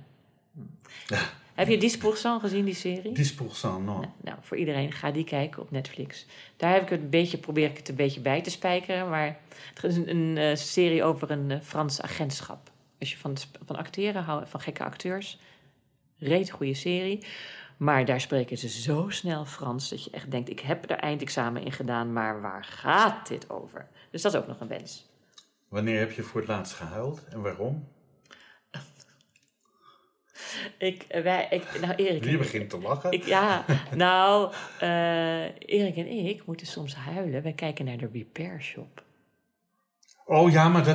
heb je 10% gezien, die serie? 10%, no. Nou, voor iedereen, ga die kijken op Netflix. Daar heb ik probeer ik het een beetje bij te spijkeren. Maar het is een serie over een Frans agentschap. Als je van acteren houdt, van gekke acteurs. Reet goede serie. Maar daar spreken ze zo snel Frans dat je echt denkt... ik heb er eindexamen in gedaan, maar waar gaat dit over? Dus dat is ook nog een wens. Wanneer heb je voor het laatst gehuild en waarom? Erik... Je begint te lachen. Erik en ik moeten soms huilen. Wij kijken naar de Repair Shop. Oh ja, maar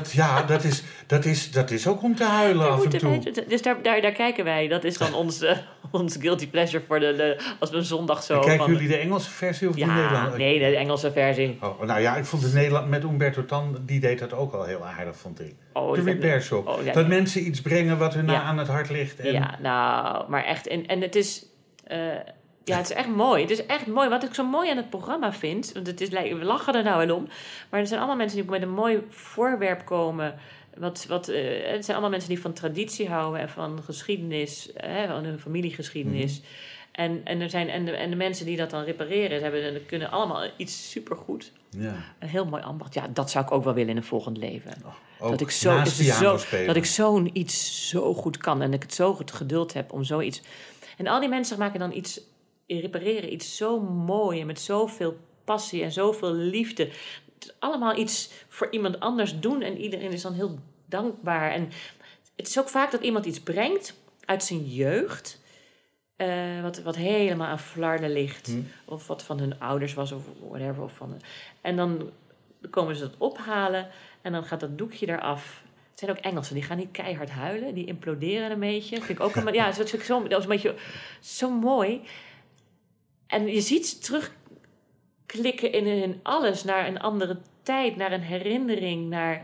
dat is ook om te huilen af en toe. Dus daar kijken wij. Dat is dan ons guilty pleasure voor als we een zondag zo... Kijken jullie de Engelse versie of de Nederlandse? Nee, de Engelse versie. Oh, nou ja, ik vond het Nederland met Umberto Tan, die deed dat ook al heel aardig, vond ik. De Repair Shop. Dat mensen iets brengen wat hun aan het hart ligt. En... Ja, maar echt. En het is... het is echt mooi. Het is echt mooi. Wat ik zo mooi aan het programma vind... Want we lachen er nou wel om... Maar er zijn allemaal mensen die met een mooi voorwerp komen... Het zijn allemaal mensen die van traditie houden... en van geschiedenis... van hun familiegeschiedenis. En de mensen die dat dan repareren... kunnen allemaal iets supergoed. Ja. Een heel mooi ambacht. Ja, dat zou ik ook wel willen in een volgend leven. Dat ik zo'n iets zo goed kan... en dat ik het zo goed geduld heb om zoiets... En al die mensen maken dan iets... repareren iets zo mooi en met zoveel passie en zoveel liefde. Allemaal iets voor iemand anders doen en iedereen is dan heel dankbaar. En het is ook vaak dat iemand iets brengt uit zijn jeugd, wat helemaal aan flarden ligt. Of wat van hun ouders was of whatever. En dan komen ze dat ophalen en dan gaat dat doekje eraf. Het zijn ook Engelsen, die gaan niet keihard huilen, die imploderen een beetje. Dat vind ik ook dat vind ik dat is een beetje zo mooi. En je ziet ze terugklikken in alles naar een andere tijd, naar een herinnering, naar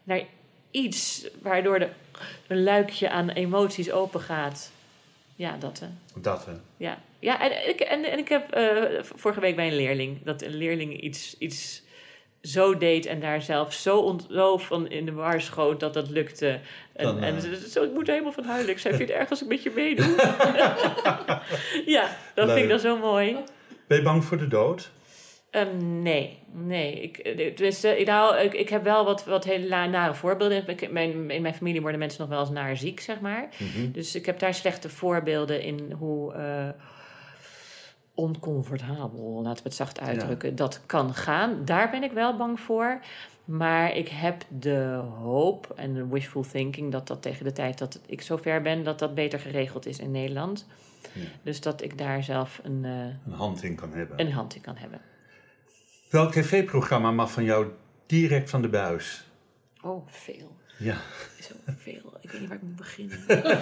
iets waardoor een luikje aan emoties open gaat. Ja, dat hè. Dat hè. Ja, en ik heb vorige week bij een leerling, dat een leerling iets zo deed en daar zelf zo van in de war schoot dat lukte. Ik moet er helemaal van huilen. Ik zei, vind je het erg als ik met je meedoe? Ja, dat vind ik dan zo mooi. Ben je bang voor de dood? Nee. Ik heb wel wat hele nare voorbeelden. In mijn familie worden mensen nog wel eens naar ziek, zeg maar. Mm-hmm. Dus ik heb daar slechte voorbeelden in hoe... oncomfortabel, laten we het zacht uitdrukken, dat kan gaan. Daar ben ik wel bang voor. Maar ik heb de hoop en de wishful thinking dat tegen de tijd dat ik zo ver ben, dat beter geregeld is in Nederland. Ja. Dus dat ik daar zelf een hand in kan hebben. Een hand in kan hebben. Welk tv-programma mag van jou direct van de buis? Oh, veel. Ja. Zoveel. Ik weet niet waar ik moet beginnen.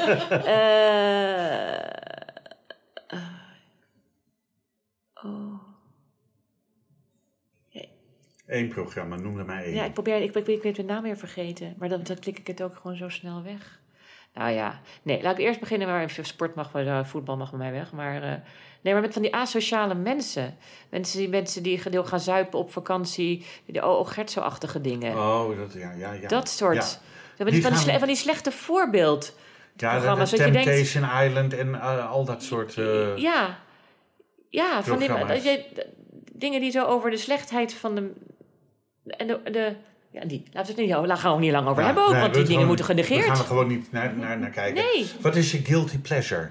Eén programma, noem er maar één. Ja, ik weet de naam weer vergeten. Maar dan klik ik het ook gewoon zo snel weg. Nou ja, nee, laat ik eerst beginnen. Maar sport mag wel, voetbal mag bij mij weg. Maar maar met van die asociale mensen. Mensen die gaan zuipen op vakantie. Die Gertzo-achtige dingen. Oh, ja. Dat soort. Ja. Van die slechte voorbeeld. Ja, programma's. de Temptation Island en al dat soort Ja, van programma's. Dingen die zo over de slechtheid van de... En laten we het niet, daar gaan we niet lang over hebben ook, want die dingen moeten genegeerd. Daar gaan we gewoon niet naar kijken. Nee. Wat is je guilty pleasure?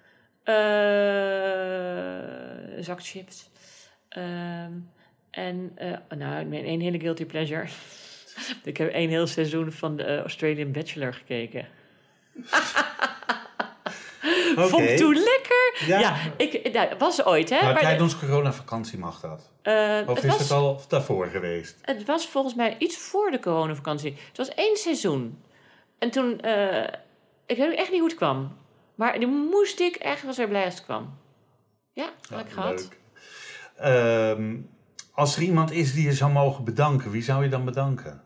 Zak chips. Mijn één hele guilty pleasure. Ik heb 1 heel seizoen van de Australian Bachelor gekeken. Okay. Vond ik toen lekker. Ja. Het was ooit, hè. Maar tijdens coronavakantie mag dat. Of is het al daarvoor geweest? Het was volgens mij iets voor de coronavakantie. Het was 1 seizoen. En toen... ik weet ook echt niet hoe het kwam. Maar die moest ik echt... was er blij als het kwam. Ja, dat heb ik gehad. Leuk. Als er iemand is die je zou mogen bedanken, wie zou je dan bedanken?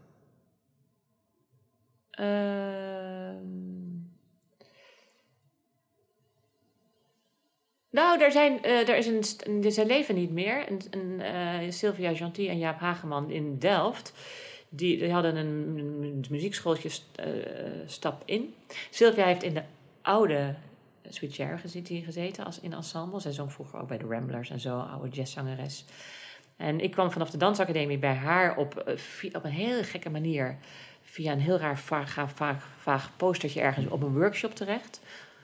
Nou, ze leven niet meer. Sylvia Gentil en Jaap Hageman in Delft. Die hadden een muziekschooltje stap in. Sylvia heeft in de oude Sweet Cherry gezeten als in ensemble. Zij zong vroeger ook bij de Ramblers en zo, oude jazzzangeres. En ik kwam vanaf de dansacademie bij haar op een hele gekke manier... via een heel raar vaag postertje ergens op een workshop terecht...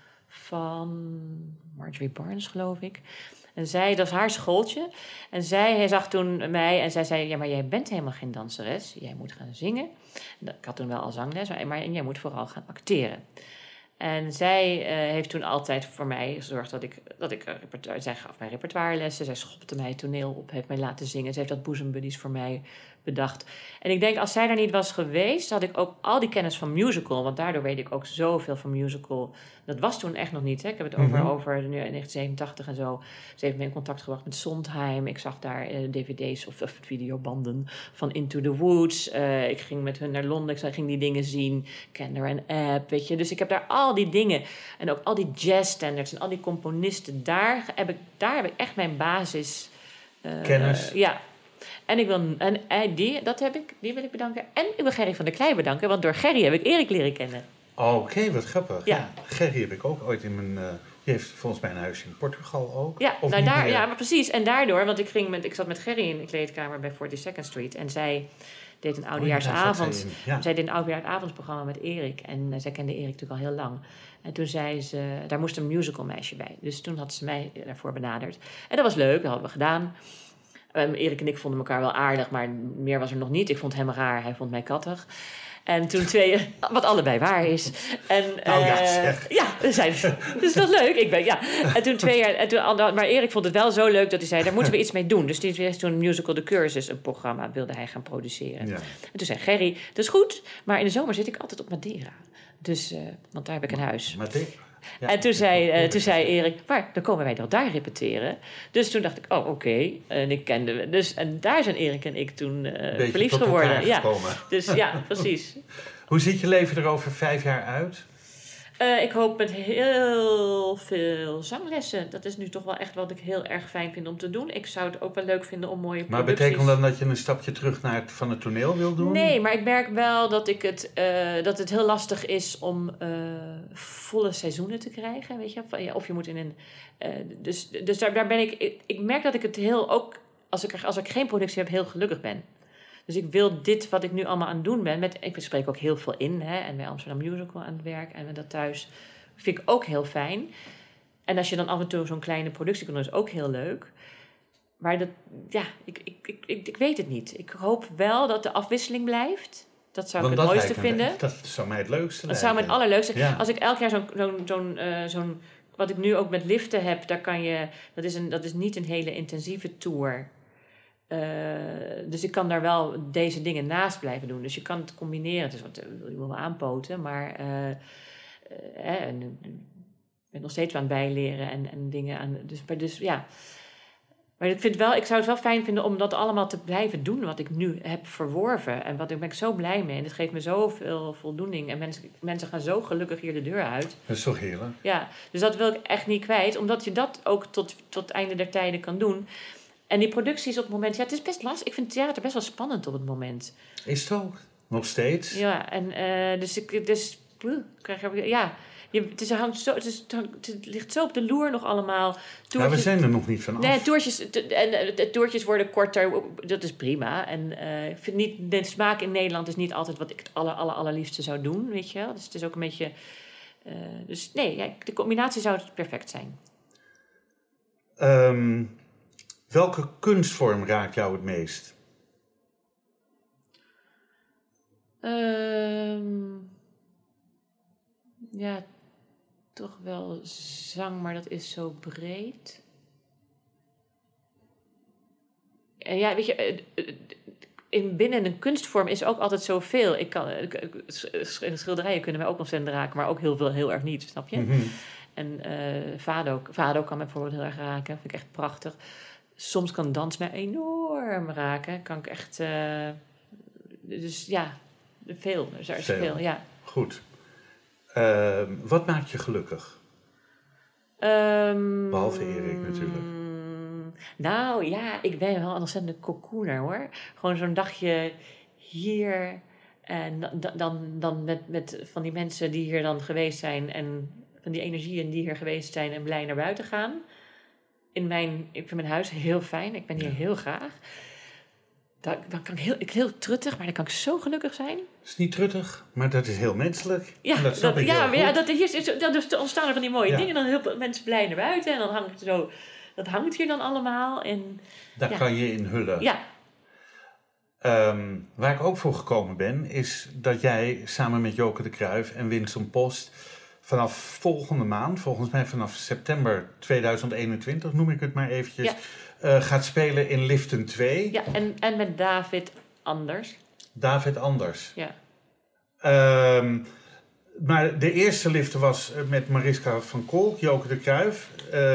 van Marjorie Barnes, geloof ik. En dat was haar schooltje. En hij zag toen mij en zij zei... ja, maar jij bent helemaal geen danseres. Jij moet gaan zingen. Ik had toen wel al zangles, maar jij moet vooral gaan acteren. En zij heeft toen altijd voor mij gezorgd dat ik zij gaf mij repertoirelessen. Zij schopte mij toneel op, heeft mij laten zingen. Ze heeft dat boezembuddies voor mij bedacht. En ik denk, als zij daar niet was geweest, had ik ook al die kennis van musical. Want daardoor weet ik ook zoveel van musical. Dat was toen echt nog niet. Hè? Ik heb het over nu in 1987 en zo. Ze heeft me in contact gebracht met Sondheim. Ik zag daar dvd's of videobanden van Into the Woods. Ik ging met hun naar Londen. Ik ging die dingen zien. Kender en App, weet je. Dus ik heb daar al die dingen. En ook al die jazzstandards en al die componisten. Daar heb ik echt mijn basis. Kennis. Ja. En die wil ik bedanken. En ik wil Gerry van der Klei bedanken. Want door Gerry heb ik Erik leren kennen. Oké, wat grappig. Ja. Gerry heb ik ook ooit in mijn... die heeft volgens mij een huisje in Portugal ook. Ja, of maar precies. En daardoor, want ik zat met Gerry in de kleedkamer bij 42nd Street. En zij deed een oudejaarsavond. Zij deed een oudejaarsavondsprogramma met Erik. En zij kende Erik natuurlijk al heel lang. En toen zei ze, daar moest een musicalmeisje bij. Dus toen had ze mij daarvoor benaderd. En dat was leuk, dat hadden we gedaan. Erik en ik vonden elkaar wel aardig, maar meer was er nog niet. Ik vond hem raar, hij vond mij kattig. En toen wat allebei waar is. En, dus dat is leuk. En toen 2 jaar... maar Erik vond het wel zo leuk dat hij zei, daar moeten we iets mee doen. Dus die heeft toen Musical The Cursus, een programma, wilde hij gaan produceren. Ja. En toen zei Gerry, dat is goed, maar in de zomer zit ik altijd op Madeira. Dus, want daar heb ik een huis. Madeira? Ja, en toen zei Erik, maar dan komen wij toch daar repeteren. Dus toen dacht ik, oké. En ik kende dus en daar zijn Erik en ik toen verliefd geworden. Ja. Dus ja, precies. Hoe ziet je leven er over 5 jaar uit? Ik hoop met heel veel zanglessen. Dat is nu toch wel echt wat ik heel erg fijn vind om te doen. Ik zou het ook wel leuk vinden om mooie producties... Maar betekent dat dat je een stapje terug van het toneel wil doen? Nee, maar ik merk wel dat dat het heel lastig is om volle seizoenen te krijgen. Weet je? Of je moet in een... Dus daar ben ik... Ik merk dat ik het heel ook... Als ik geen productie heb, heel gelukkig ben. Dus ik wil dit wat ik nu allemaal aan het doen ben... Ik spreek ook heel veel in. Hè, en bij Amsterdam Musical aan het werk. En met dat thuis vind ik ook heel fijn. En als je dan af en toe zo'n kleine productie kan doen... is ook heel leuk. Maar ik weet het niet. Ik hoop wel dat de afwisseling blijft. Dat zou ik het mooiste vinden. Dat zou mij het leukste lijken. Dat zou mij het allerleukste. Ja. Als ik elk jaar zo'n wat ik nu ook met liften heb... Dat is niet een hele intensieve tour... Dus ik kan daar wel deze dingen naast blijven doen. Dus je kan het combineren. Het is wat je wil wel aanpoten, maar ik ben nog steeds aan het bijleren en dingen aan. Dus ja. Maar ik zou het wel fijn vinden om dat allemaal te blijven doen wat ik nu heb verworven. En ben ik zo blij mee. En het geeft me zoveel voldoening. En mensen gaan zo gelukkig hier de deur uit. Dat is toch heerlijk? Ja, dus dat wil ik echt niet kwijt. Omdat je dat ook tot het einde der tijden kan doen. En die producties op het moment... Ja, het is best lastig. Ik vind theater best wel spannend op het moment. Is het ook? Nog steeds? Ja, en het ligt zo op de loer nog allemaal. Ja, we zijn er nog niet van af. Nee, toertjes worden korter. Dat is prima. En ik vind niet, de smaak in Nederland is niet altijd wat ik het allerliefste zou doen, weet je wel. Dus het is ook een beetje... de combinatie zou het perfect zijn. Welke kunstvorm raakt jou het meest? Ja, toch wel zang, maar dat is zo breed. En ja, weet je, binnen een kunstvorm is ook altijd zoveel. Schilderijen kunnen mij ook ontzettend raken, maar ook heel erg niet, snap je? Mm-hmm. En Fado kan mij bijvoorbeeld heel erg raken, vind ik echt prachtig. Soms kan dans mij enorm raken, kan ik echt... dus ja, veel. Er is veel, ja. Goed. Wat maakt je gelukkig? Behalve Erik natuurlijk. Nou ja, ik ben wel een ontzettende cocooner hoor. Gewoon zo'n dagje hier en dan met van die mensen die hier dan geweest zijn en van die energieën die hier geweest zijn en blij naar buiten gaan. Ik vind mijn huis heel fijn. Ik ben hier heel graag. Dan kan ik heel truttig, maar dan kan ik zo gelukkig zijn. Het is niet truttig, maar dat is heel menselijk. Ja, en dat snap ik heel goed. Dus ontstaan er van die mooie dingen. Dan heel veel mensen blij naar buiten. En dan hangt het zo... Dat hangt hier dan allemaal. En, daar kan je in hullen. Ja. Waar ik ook voor gekomen ben, is dat jij samen met Joke de Cruijff en Winston Post vanaf volgende maand, volgens mij vanaf september 2021, noem ik het maar eventjes, gaat spelen in Liften 2. Ja, en met David Anders. David Anders. Ja. Maar de eerste liften was met Mariska van Kolk, Joke de Cruijff.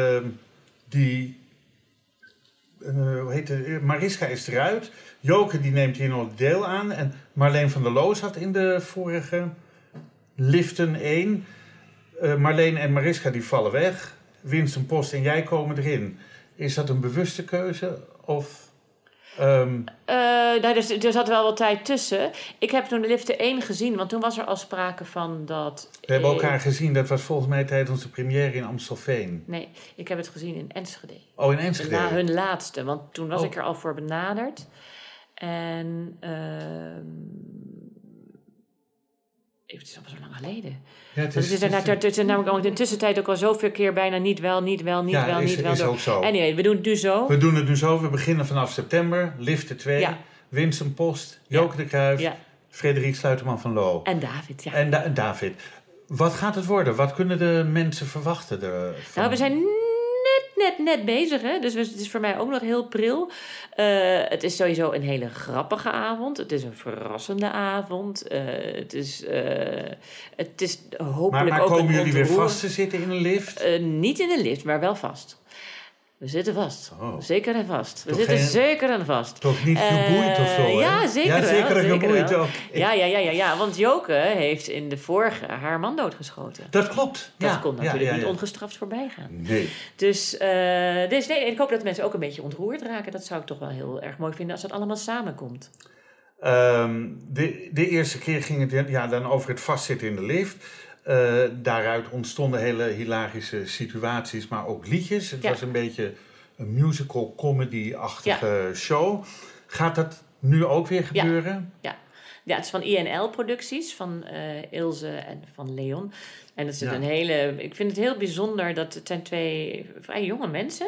Mariska is eruit. Joke die neemt hier nog deel aan. En Marleen van der Loo zat in de vorige Liften 1. Marleen en Mariska die vallen weg. Winston Post en jij komen erin. Is dat een bewuste keuze? Of... Er zat wel wat tijd tussen. Ik heb toen de Liften 1 gezien, want toen was er al sprake van dat... We hebben elkaar gezien, dat was volgens mij tijdens de première in Amstelveen. Nee, ik heb het gezien in Enschede. Oh, in Enschede? Na hun laatste, want toen was ik er al voor benaderd. En... het is al zo lang geleden. Ja, het is namelijk in de tussentijd ook al zoveel keer bijna niet wel. Is ook zo. Anyway, we doen het nu zo. We doen het nu zo. We beginnen vanaf september. Liften 2. Ja. Winston Post. Joke de Cruijff. Ja. Frederik Sluiterman van Loo. En David, ja. En David. Wat gaat het worden? Wat kunnen de mensen verwachten ervan? Nou, we zijn net bezig, hè? Dus het is voor mij ook nog heel pril. Het is sowieso een hele grappige avond. Het is een verrassende avond. Het is hopelijk maar ook komen jullie weer vast te zitten in een lift? Niet in een lift, maar wel vast. We zitten vast. Oh. Zeker en vast. We zitten zeker en vast. Toch niet geboeid of zo, hè? Ja, zeker wel. Zeker geboeid ook. Ja, want Joke heeft in de vorige haar man doodgeschoten. Dat klopt. Dat kon natuurlijk niet ongestraft voorbij gaan. Nee. Dus ik hoop dat mensen ook een beetje ontroerd raken. Dat zou ik toch wel heel erg mooi vinden als dat allemaal samenkomt. De eerste keer ging het dan over het vastzitten in de lift. Daaruit ontstonden hele hilarische situaties, maar ook liedjes. Het was een beetje een musical comedy-achtige show. Gaat dat nu ook weer gebeuren? Ja, het is van INL Producties, van Ilse en van Leon. En het is een hele... Ik vind het heel bijzonder dat het zijn twee vrij jonge mensen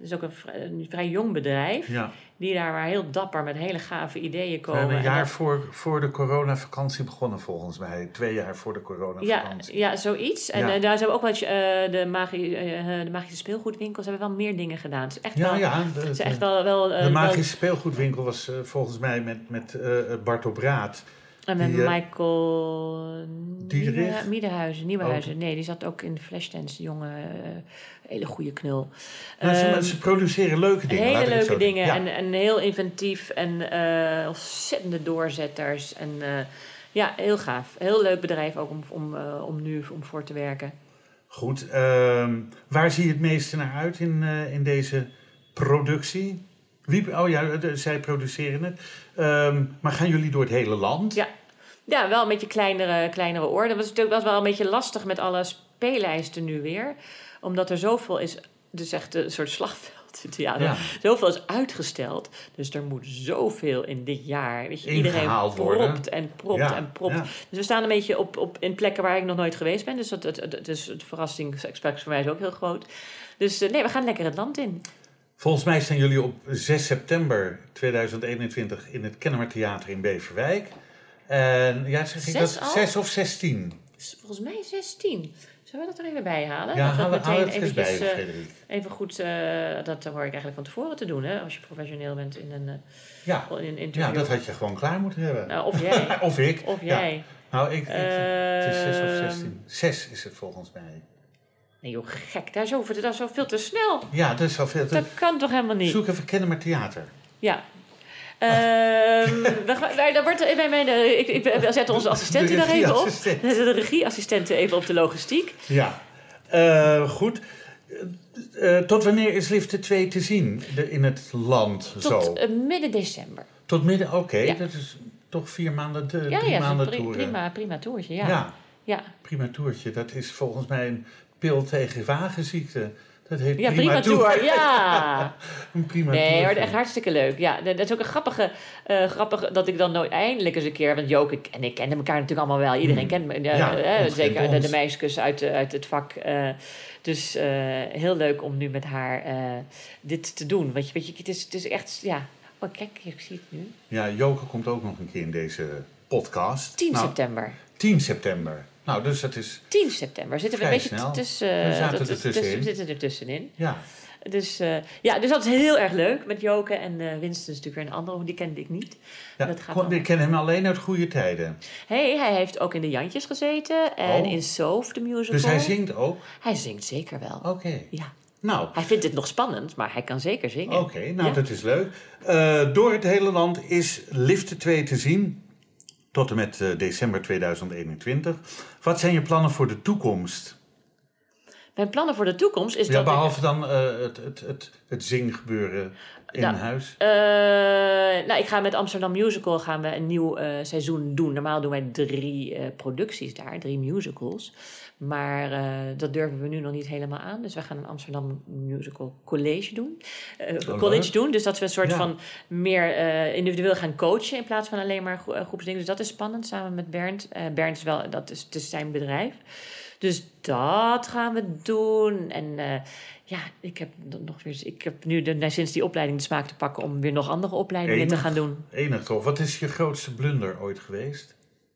is ook een vrij jong bedrijf. Ja. Die daar maar heel dapper met hele gave ideeën We komen. hebben een En jaar dat- voor de coronavakantie begonnen volgens mij. 2 jaar voor de coronavakantie. Ja, zoiets. En Ja. daar zijn we ook wel de magische speelgoedwinkels hebben wel meer dingen gedaan. Het is echt wel... Het is echt wel de magische speelgoedwinkel was volgens mij met Bart op Raad. En met die, Michael Diederich? Nieuwenhuizen. Nee, die zat ook in de Flashdance. Die jonge, hele goede knul. Ze produceren leuke dingen. laat Hele ik het leuke zo dingen. zeggen. Ja. En heel inventief. En ontzettende doorzetters. En heel gaaf. Heel leuk bedrijf ook om nu voor te werken. Goed. Waar zie je het meeste naar uit in deze productie? Zij produceren het. Maar gaan jullie door het hele land? Ja, wel een beetje kleinere orde. Dat was natuurlijk wel een beetje lastig met alle speellijsten nu weer. Omdat er zoveel is, dus echt een soort slagveld. Ja. Zoveel is uitgesteld. Dus er moet zoveel in dit jaar. Weet je, iedereen propt en propt en propt. Ja. Dus we staan een beetje in plekken waar ik nog nooit geweest ben. Dus het verrassingsexpect voor mij is ook heel groot. Dus we gaan lekker het land in. Volgens mij staan jullie op 6 september 2021 in het Kennemer Theater in Beverwijk. En zeg ik dat? 6 of 16? Volgens mij 16. Zullen we dat er even bij halen? Ja, haal het even bij, Frederik. Even goed, dat hoor ik eigenlijk van tevoren te doen, hè? Als je professioneel bent in een interview. Ja, dat had je gewoon klaar moeten hebben. Nou, of jij. Of ik. Of jij. Ja. Nou, het is 6 of 16. 6 is het volgens mij. Nee joh, gek. Dat is zo veel te snel. Ja, dat is al veel te... Dat kan toch helemaal niet? Zoek even Kennemer Theater. Ja. We zetten onze assistenten daar even op. De regieassistenten even op de logistiek. Ja. Goed. Tot wanneer is Lifte 2 te zien in het land? Tot midden december. Tot midden, oké. Ja. Dat is toch 4 maanden, 3 maanden toeren. Prima toertje, ja. Prima toertje. Dat is volgens mij een pil tegen wagenziekte. Dat heet prima tour. Ja. Een prima nee, tour. maar echt hartstikke leuk. Ja, dat is ook een grappige dat ik dan nooit eindelijk eens een keer... Want Joke en ik kende elkaar natuurlijk allemaal wel. Iedereen kent me. Zeker de meisjes uit het vak. Dus heel leuk om nu met haar dit te doen. Weet je, het is echt... Ja. Oh, kijk, ik zie het nu. Ja, Joke komt ook nog een keer in deze podcast. 10 september. 10 september. Nou, dus dat is 10 september. Zitten we een beetje we zitten er tussenin. Ja. Dus dat is heel erg leuk met Joke. En Winston is natuurlijk weer een andere, die kende ik niet. Ja, ik ken hem alleen uit goede tijden. Hij heeft ook in de Jantjes gezeten. En in Soof, de musical. Dus hij zingt ook? Hij zingt zeker wel. Oké. Ja. Nou. Hij vindt het nog spannend, maar hij kan zeker zingen. Oké, dat is leuk. Door het hele land is Lifte 2 te zien. Tot en met december 2021. Wat zijn je plannen voor de toekomst? Mijn plannen voor de toekomst is dat... Behalve dan het zinggebeuren in huis. Ik ga met Amsterdam Musical gaan we een nieuw seizoen doen. Normaal doen wij 3 producties daar, 3 musicals. Maar dat durven we nu nog niet helemaal aan. Dus we gaan een Amsterdam Musical College doen. Doen. Dus dat we een soort van meer individueel gaan coachen... in plaats van alleen maar groepsdingen. Dus dat is spannend, samen met Bernd. Bernd is wel, het is zijn bedrijf. Dus dat gaan we doen. En ik heb nu sinds die opleiding de smaak te pakken... om weer nog andere opleidingen te gaan doen. Enig toch. Wat is je grootste blunder ooit geweest?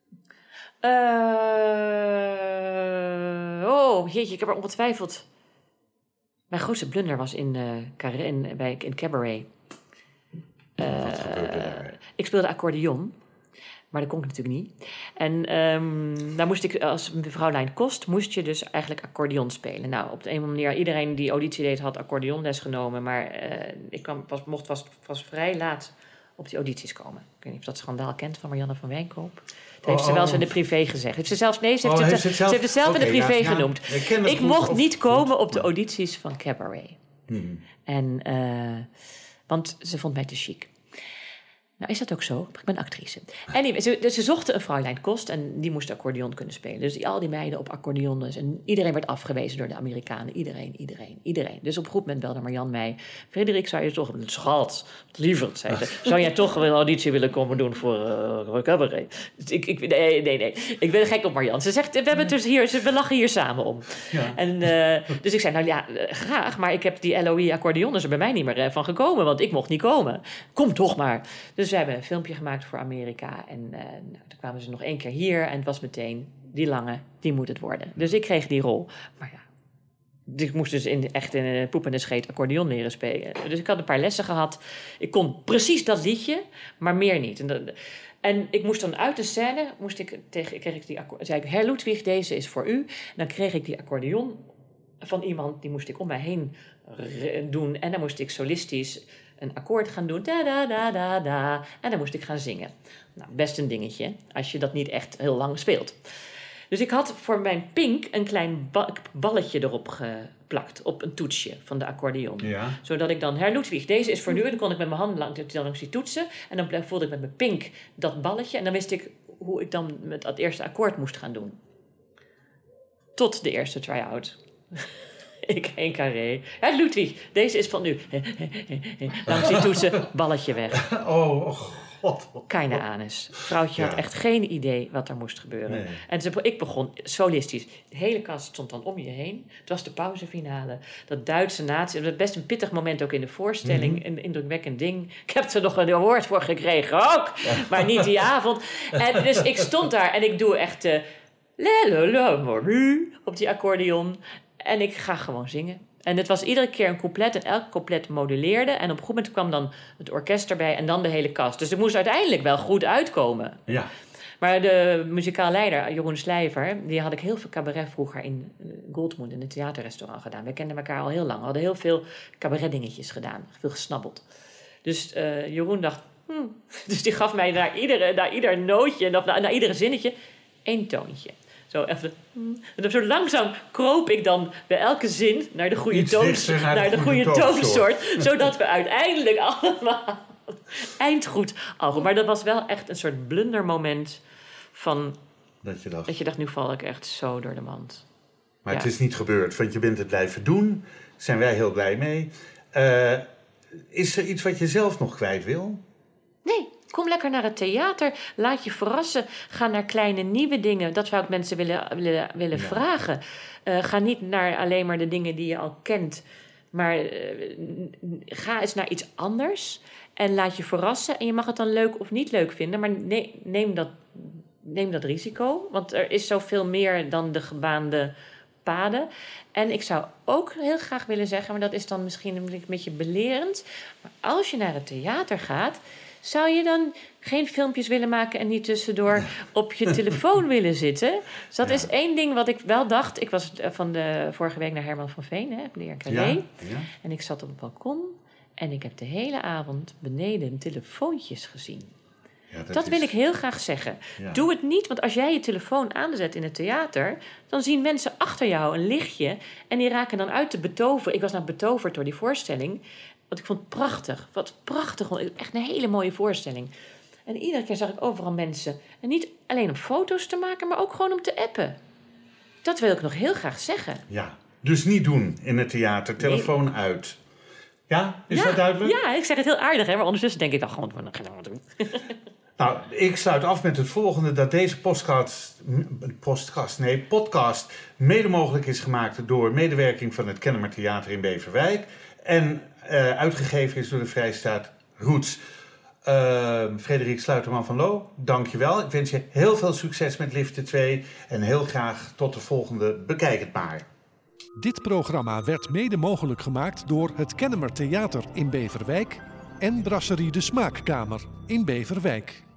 Jeetje, ik heb er ongetwijfeld... Mijn grootste blunder was in Cabaret. Wat gebeurde daar? Ik speelde accordeon... Maar dat kon ik natuurlijk niet. En daar moest ik, als Vrouwlijn Kost, moest je dus eigenlijk accordeon spelen. Nou, op de een of andere manier, iedereen die auditie deed, had accordeonles genomen. Maar ik was vrij laat op die audities komen. Ik weet niet of dat schandaal kent van Marianne van Wijnkoop. Dat heeft ze wel eens in de privé gezegd. Heeft ze zelf, nee, ze heeft het zelf in de privé genoemd. Ik mocht niet komen op de audities van Cabaret. Want ze vond mij te chic. Nou, is dat ook zo? Ik ben actrice. Anyway, ze zochten een Fräulein Kost en die moest accordeon kunnen spelen. Dus al die meiden op accordeons en iedereen werd afgewezen door de Amerikanen. Iedereen. Dus op een goed moment belde Marianne mij. Frederik, zou je toch... Schat, lieverd, zei ze. Zou jij toch wel een auditie willen komen doen voor cabaret? Dus nee. Ik ben gek op Marianne. Ze zegt, we hebben het dus hier, we lachen hier samen om. Ja. En, dus ik zei, nou ja, graag. Maar ik heb die LOE accordeon er bij mij niet meer van gekomen. Want ik mocht niet komen. Kom toch maar. Dus we hebben een filmpje gemaakt voor Amerika. En toen kwamen ze nog 1 keer hier. En het was meteen, die lange, die moet het worden. Dus ik kreeg die rol. Maar ja, ik moest dus echt in een poep en een scheet accordeon leren spelen. Dus ik had een paar lessen gehad. Ik kon precies dat liedje, maar meer niet. En ik moest dan uit de scène, zei ik, Herr Ludwig, deze is voor u. En dan kreeg ik die accordeon van iemand, die moest ik om mij heen doen. En dan moest ik solistisch een akkoord gaan doen. Da, da, da, da, da. En dan moest ik gaan zingen. Nou, best een dingetje, als je dat niet echt heel lang speelt. Dus ik had voor mijn pink een klein balletje erop geplakt. Op een toetsje van de accordeon. Ja. Zodat ik dan, Herr Ludwig, deze is voor nu. En dan kon ik met mijn hand langs die toetsen. En dan voelde ik met mijn pink dat balletje. En dan wist ik hoe ik dan met dat eerste akkoord moest gaan doen. Tot de eerste try-out. Ik 1 carré. Herr Ludwig, deze is van u. Langs die toetsen, balletje weg. Oh, God. Keine Ahnus. Vrouwtje had echt geen idee wat er moest gebeuren. Nee. En ik begon solistisch. De hele kast stond dan om je heen. Het was de pauzefinale. Dat Duitse natie. Het was best een pittig moment ook in de voorstelling. Mm-hmm. Een indrukwekkend ding. Ik heb er nog een award voor gekregen ook. Ja. Maar niet die avond. En dus ik stond daar en ik doe echt... op die accordeon. En ik ga gewoon zingen. En het was iedere keer een couplet en elk couplet moduleerde. En op een goed moment kwam dan het orkest erbij en dan de hele kast. Dus ik moest uiteindelijk wel goed uitkomen. Ja. Maar de muzikaal leider, Jeroen Slijver, die had ik heel veel cabaret vroeger in Goldmoon, in het theaterrestaurant gedaan. We kenden elkaar al heel lang. We hadden heel veel cabaretdingetjes gedaan. Veel gesnabbeld. Dus Jeroen dacht, Dus die gaf mij naar ieder nootje, of naar iedere zinnetje, 1 toontje. Zo even. En zo langzaam kroop ik dan bij elke zin naar de goede toonsoort. Zodat we uiteindelijk allemaal eindgoed al. Maar dat was wel echt een soort blundermoment van... Dat je dacht, nu val ik echt zo door de mand. Maar het is niet gebeurd, want je bent het blijven doen. Daar zijn wij heel blij mee. Is er iets wat je zelf nog kwijt wil? Nee. Kom lekker naar het theater. Laat je verrassen. Ga naar kleine nieuwe dingen. Dat zou ik mensen willen vragen. Ga niet naar alleen maar de dingen die je al kent. Maar ga eens naar iets anders. En laat je verrassen. En je mag het dan leuk of niet leuk vinden. Maar neem dat risico. Want er is zoveel meer dan de gebaande paden. En ik zou ook heel graag willen zeggen... maar dat is dan misschien een beetje belerend... maar als je naar het theater gaat... zou je dan geen filmpjes willen maken... en niet tussendoor op je telefoon willen zitten? Dus dat is 1 ding wat ik wel dacht. Ik was van de vorige week naar Herman van Veen, de heer Calais. Ja. En ik zat op het balkon... en ik heb de hele avond beneden telefoontjes gezien. Ja, dat wil ik heel graag zeggen. Ja. Doe het niet, want als jij je telefoon aanzet in het theater... dan zien mensen achter jou een lichtje... en die raken dan uit te betoveren. Ik was nou betoverd door die voorstelling... want ik vond het prachtig. Wat prachtig. Echt een hele mooie voorstelling. En iedere keer zag ik overal mensen... en niet alleen om foto's te maken... maar ook gewoon om te appen. Dat wil ik nog heel graag zeggen. Ja, dus niet doen in het theater. Telefoon uit. Ja, is dat duidelijk? Ja, ik zeg het heel aardig. Hè? Maar ondertussen denk ik dan gewoon... wat gaan we doen? Nou, ik sluit af met het volgende... dat deze podcast mede mogelijk is gemaakt... door medewerking van het Kennemer Theater in Beverwijk... en uitgegeven is door de Vrijstaat Roots. Frederik Sluiterman van Loo, dank je wel. Ik wens je heel veel succes met Lifte 2... en heel graag tot de volgende Bekijk het maar. Dit programma werd mede mogelijk gemaakt door het Kennemer Theater in Beverwijk... en Brasserie de Smaakkamer in Beverwijk.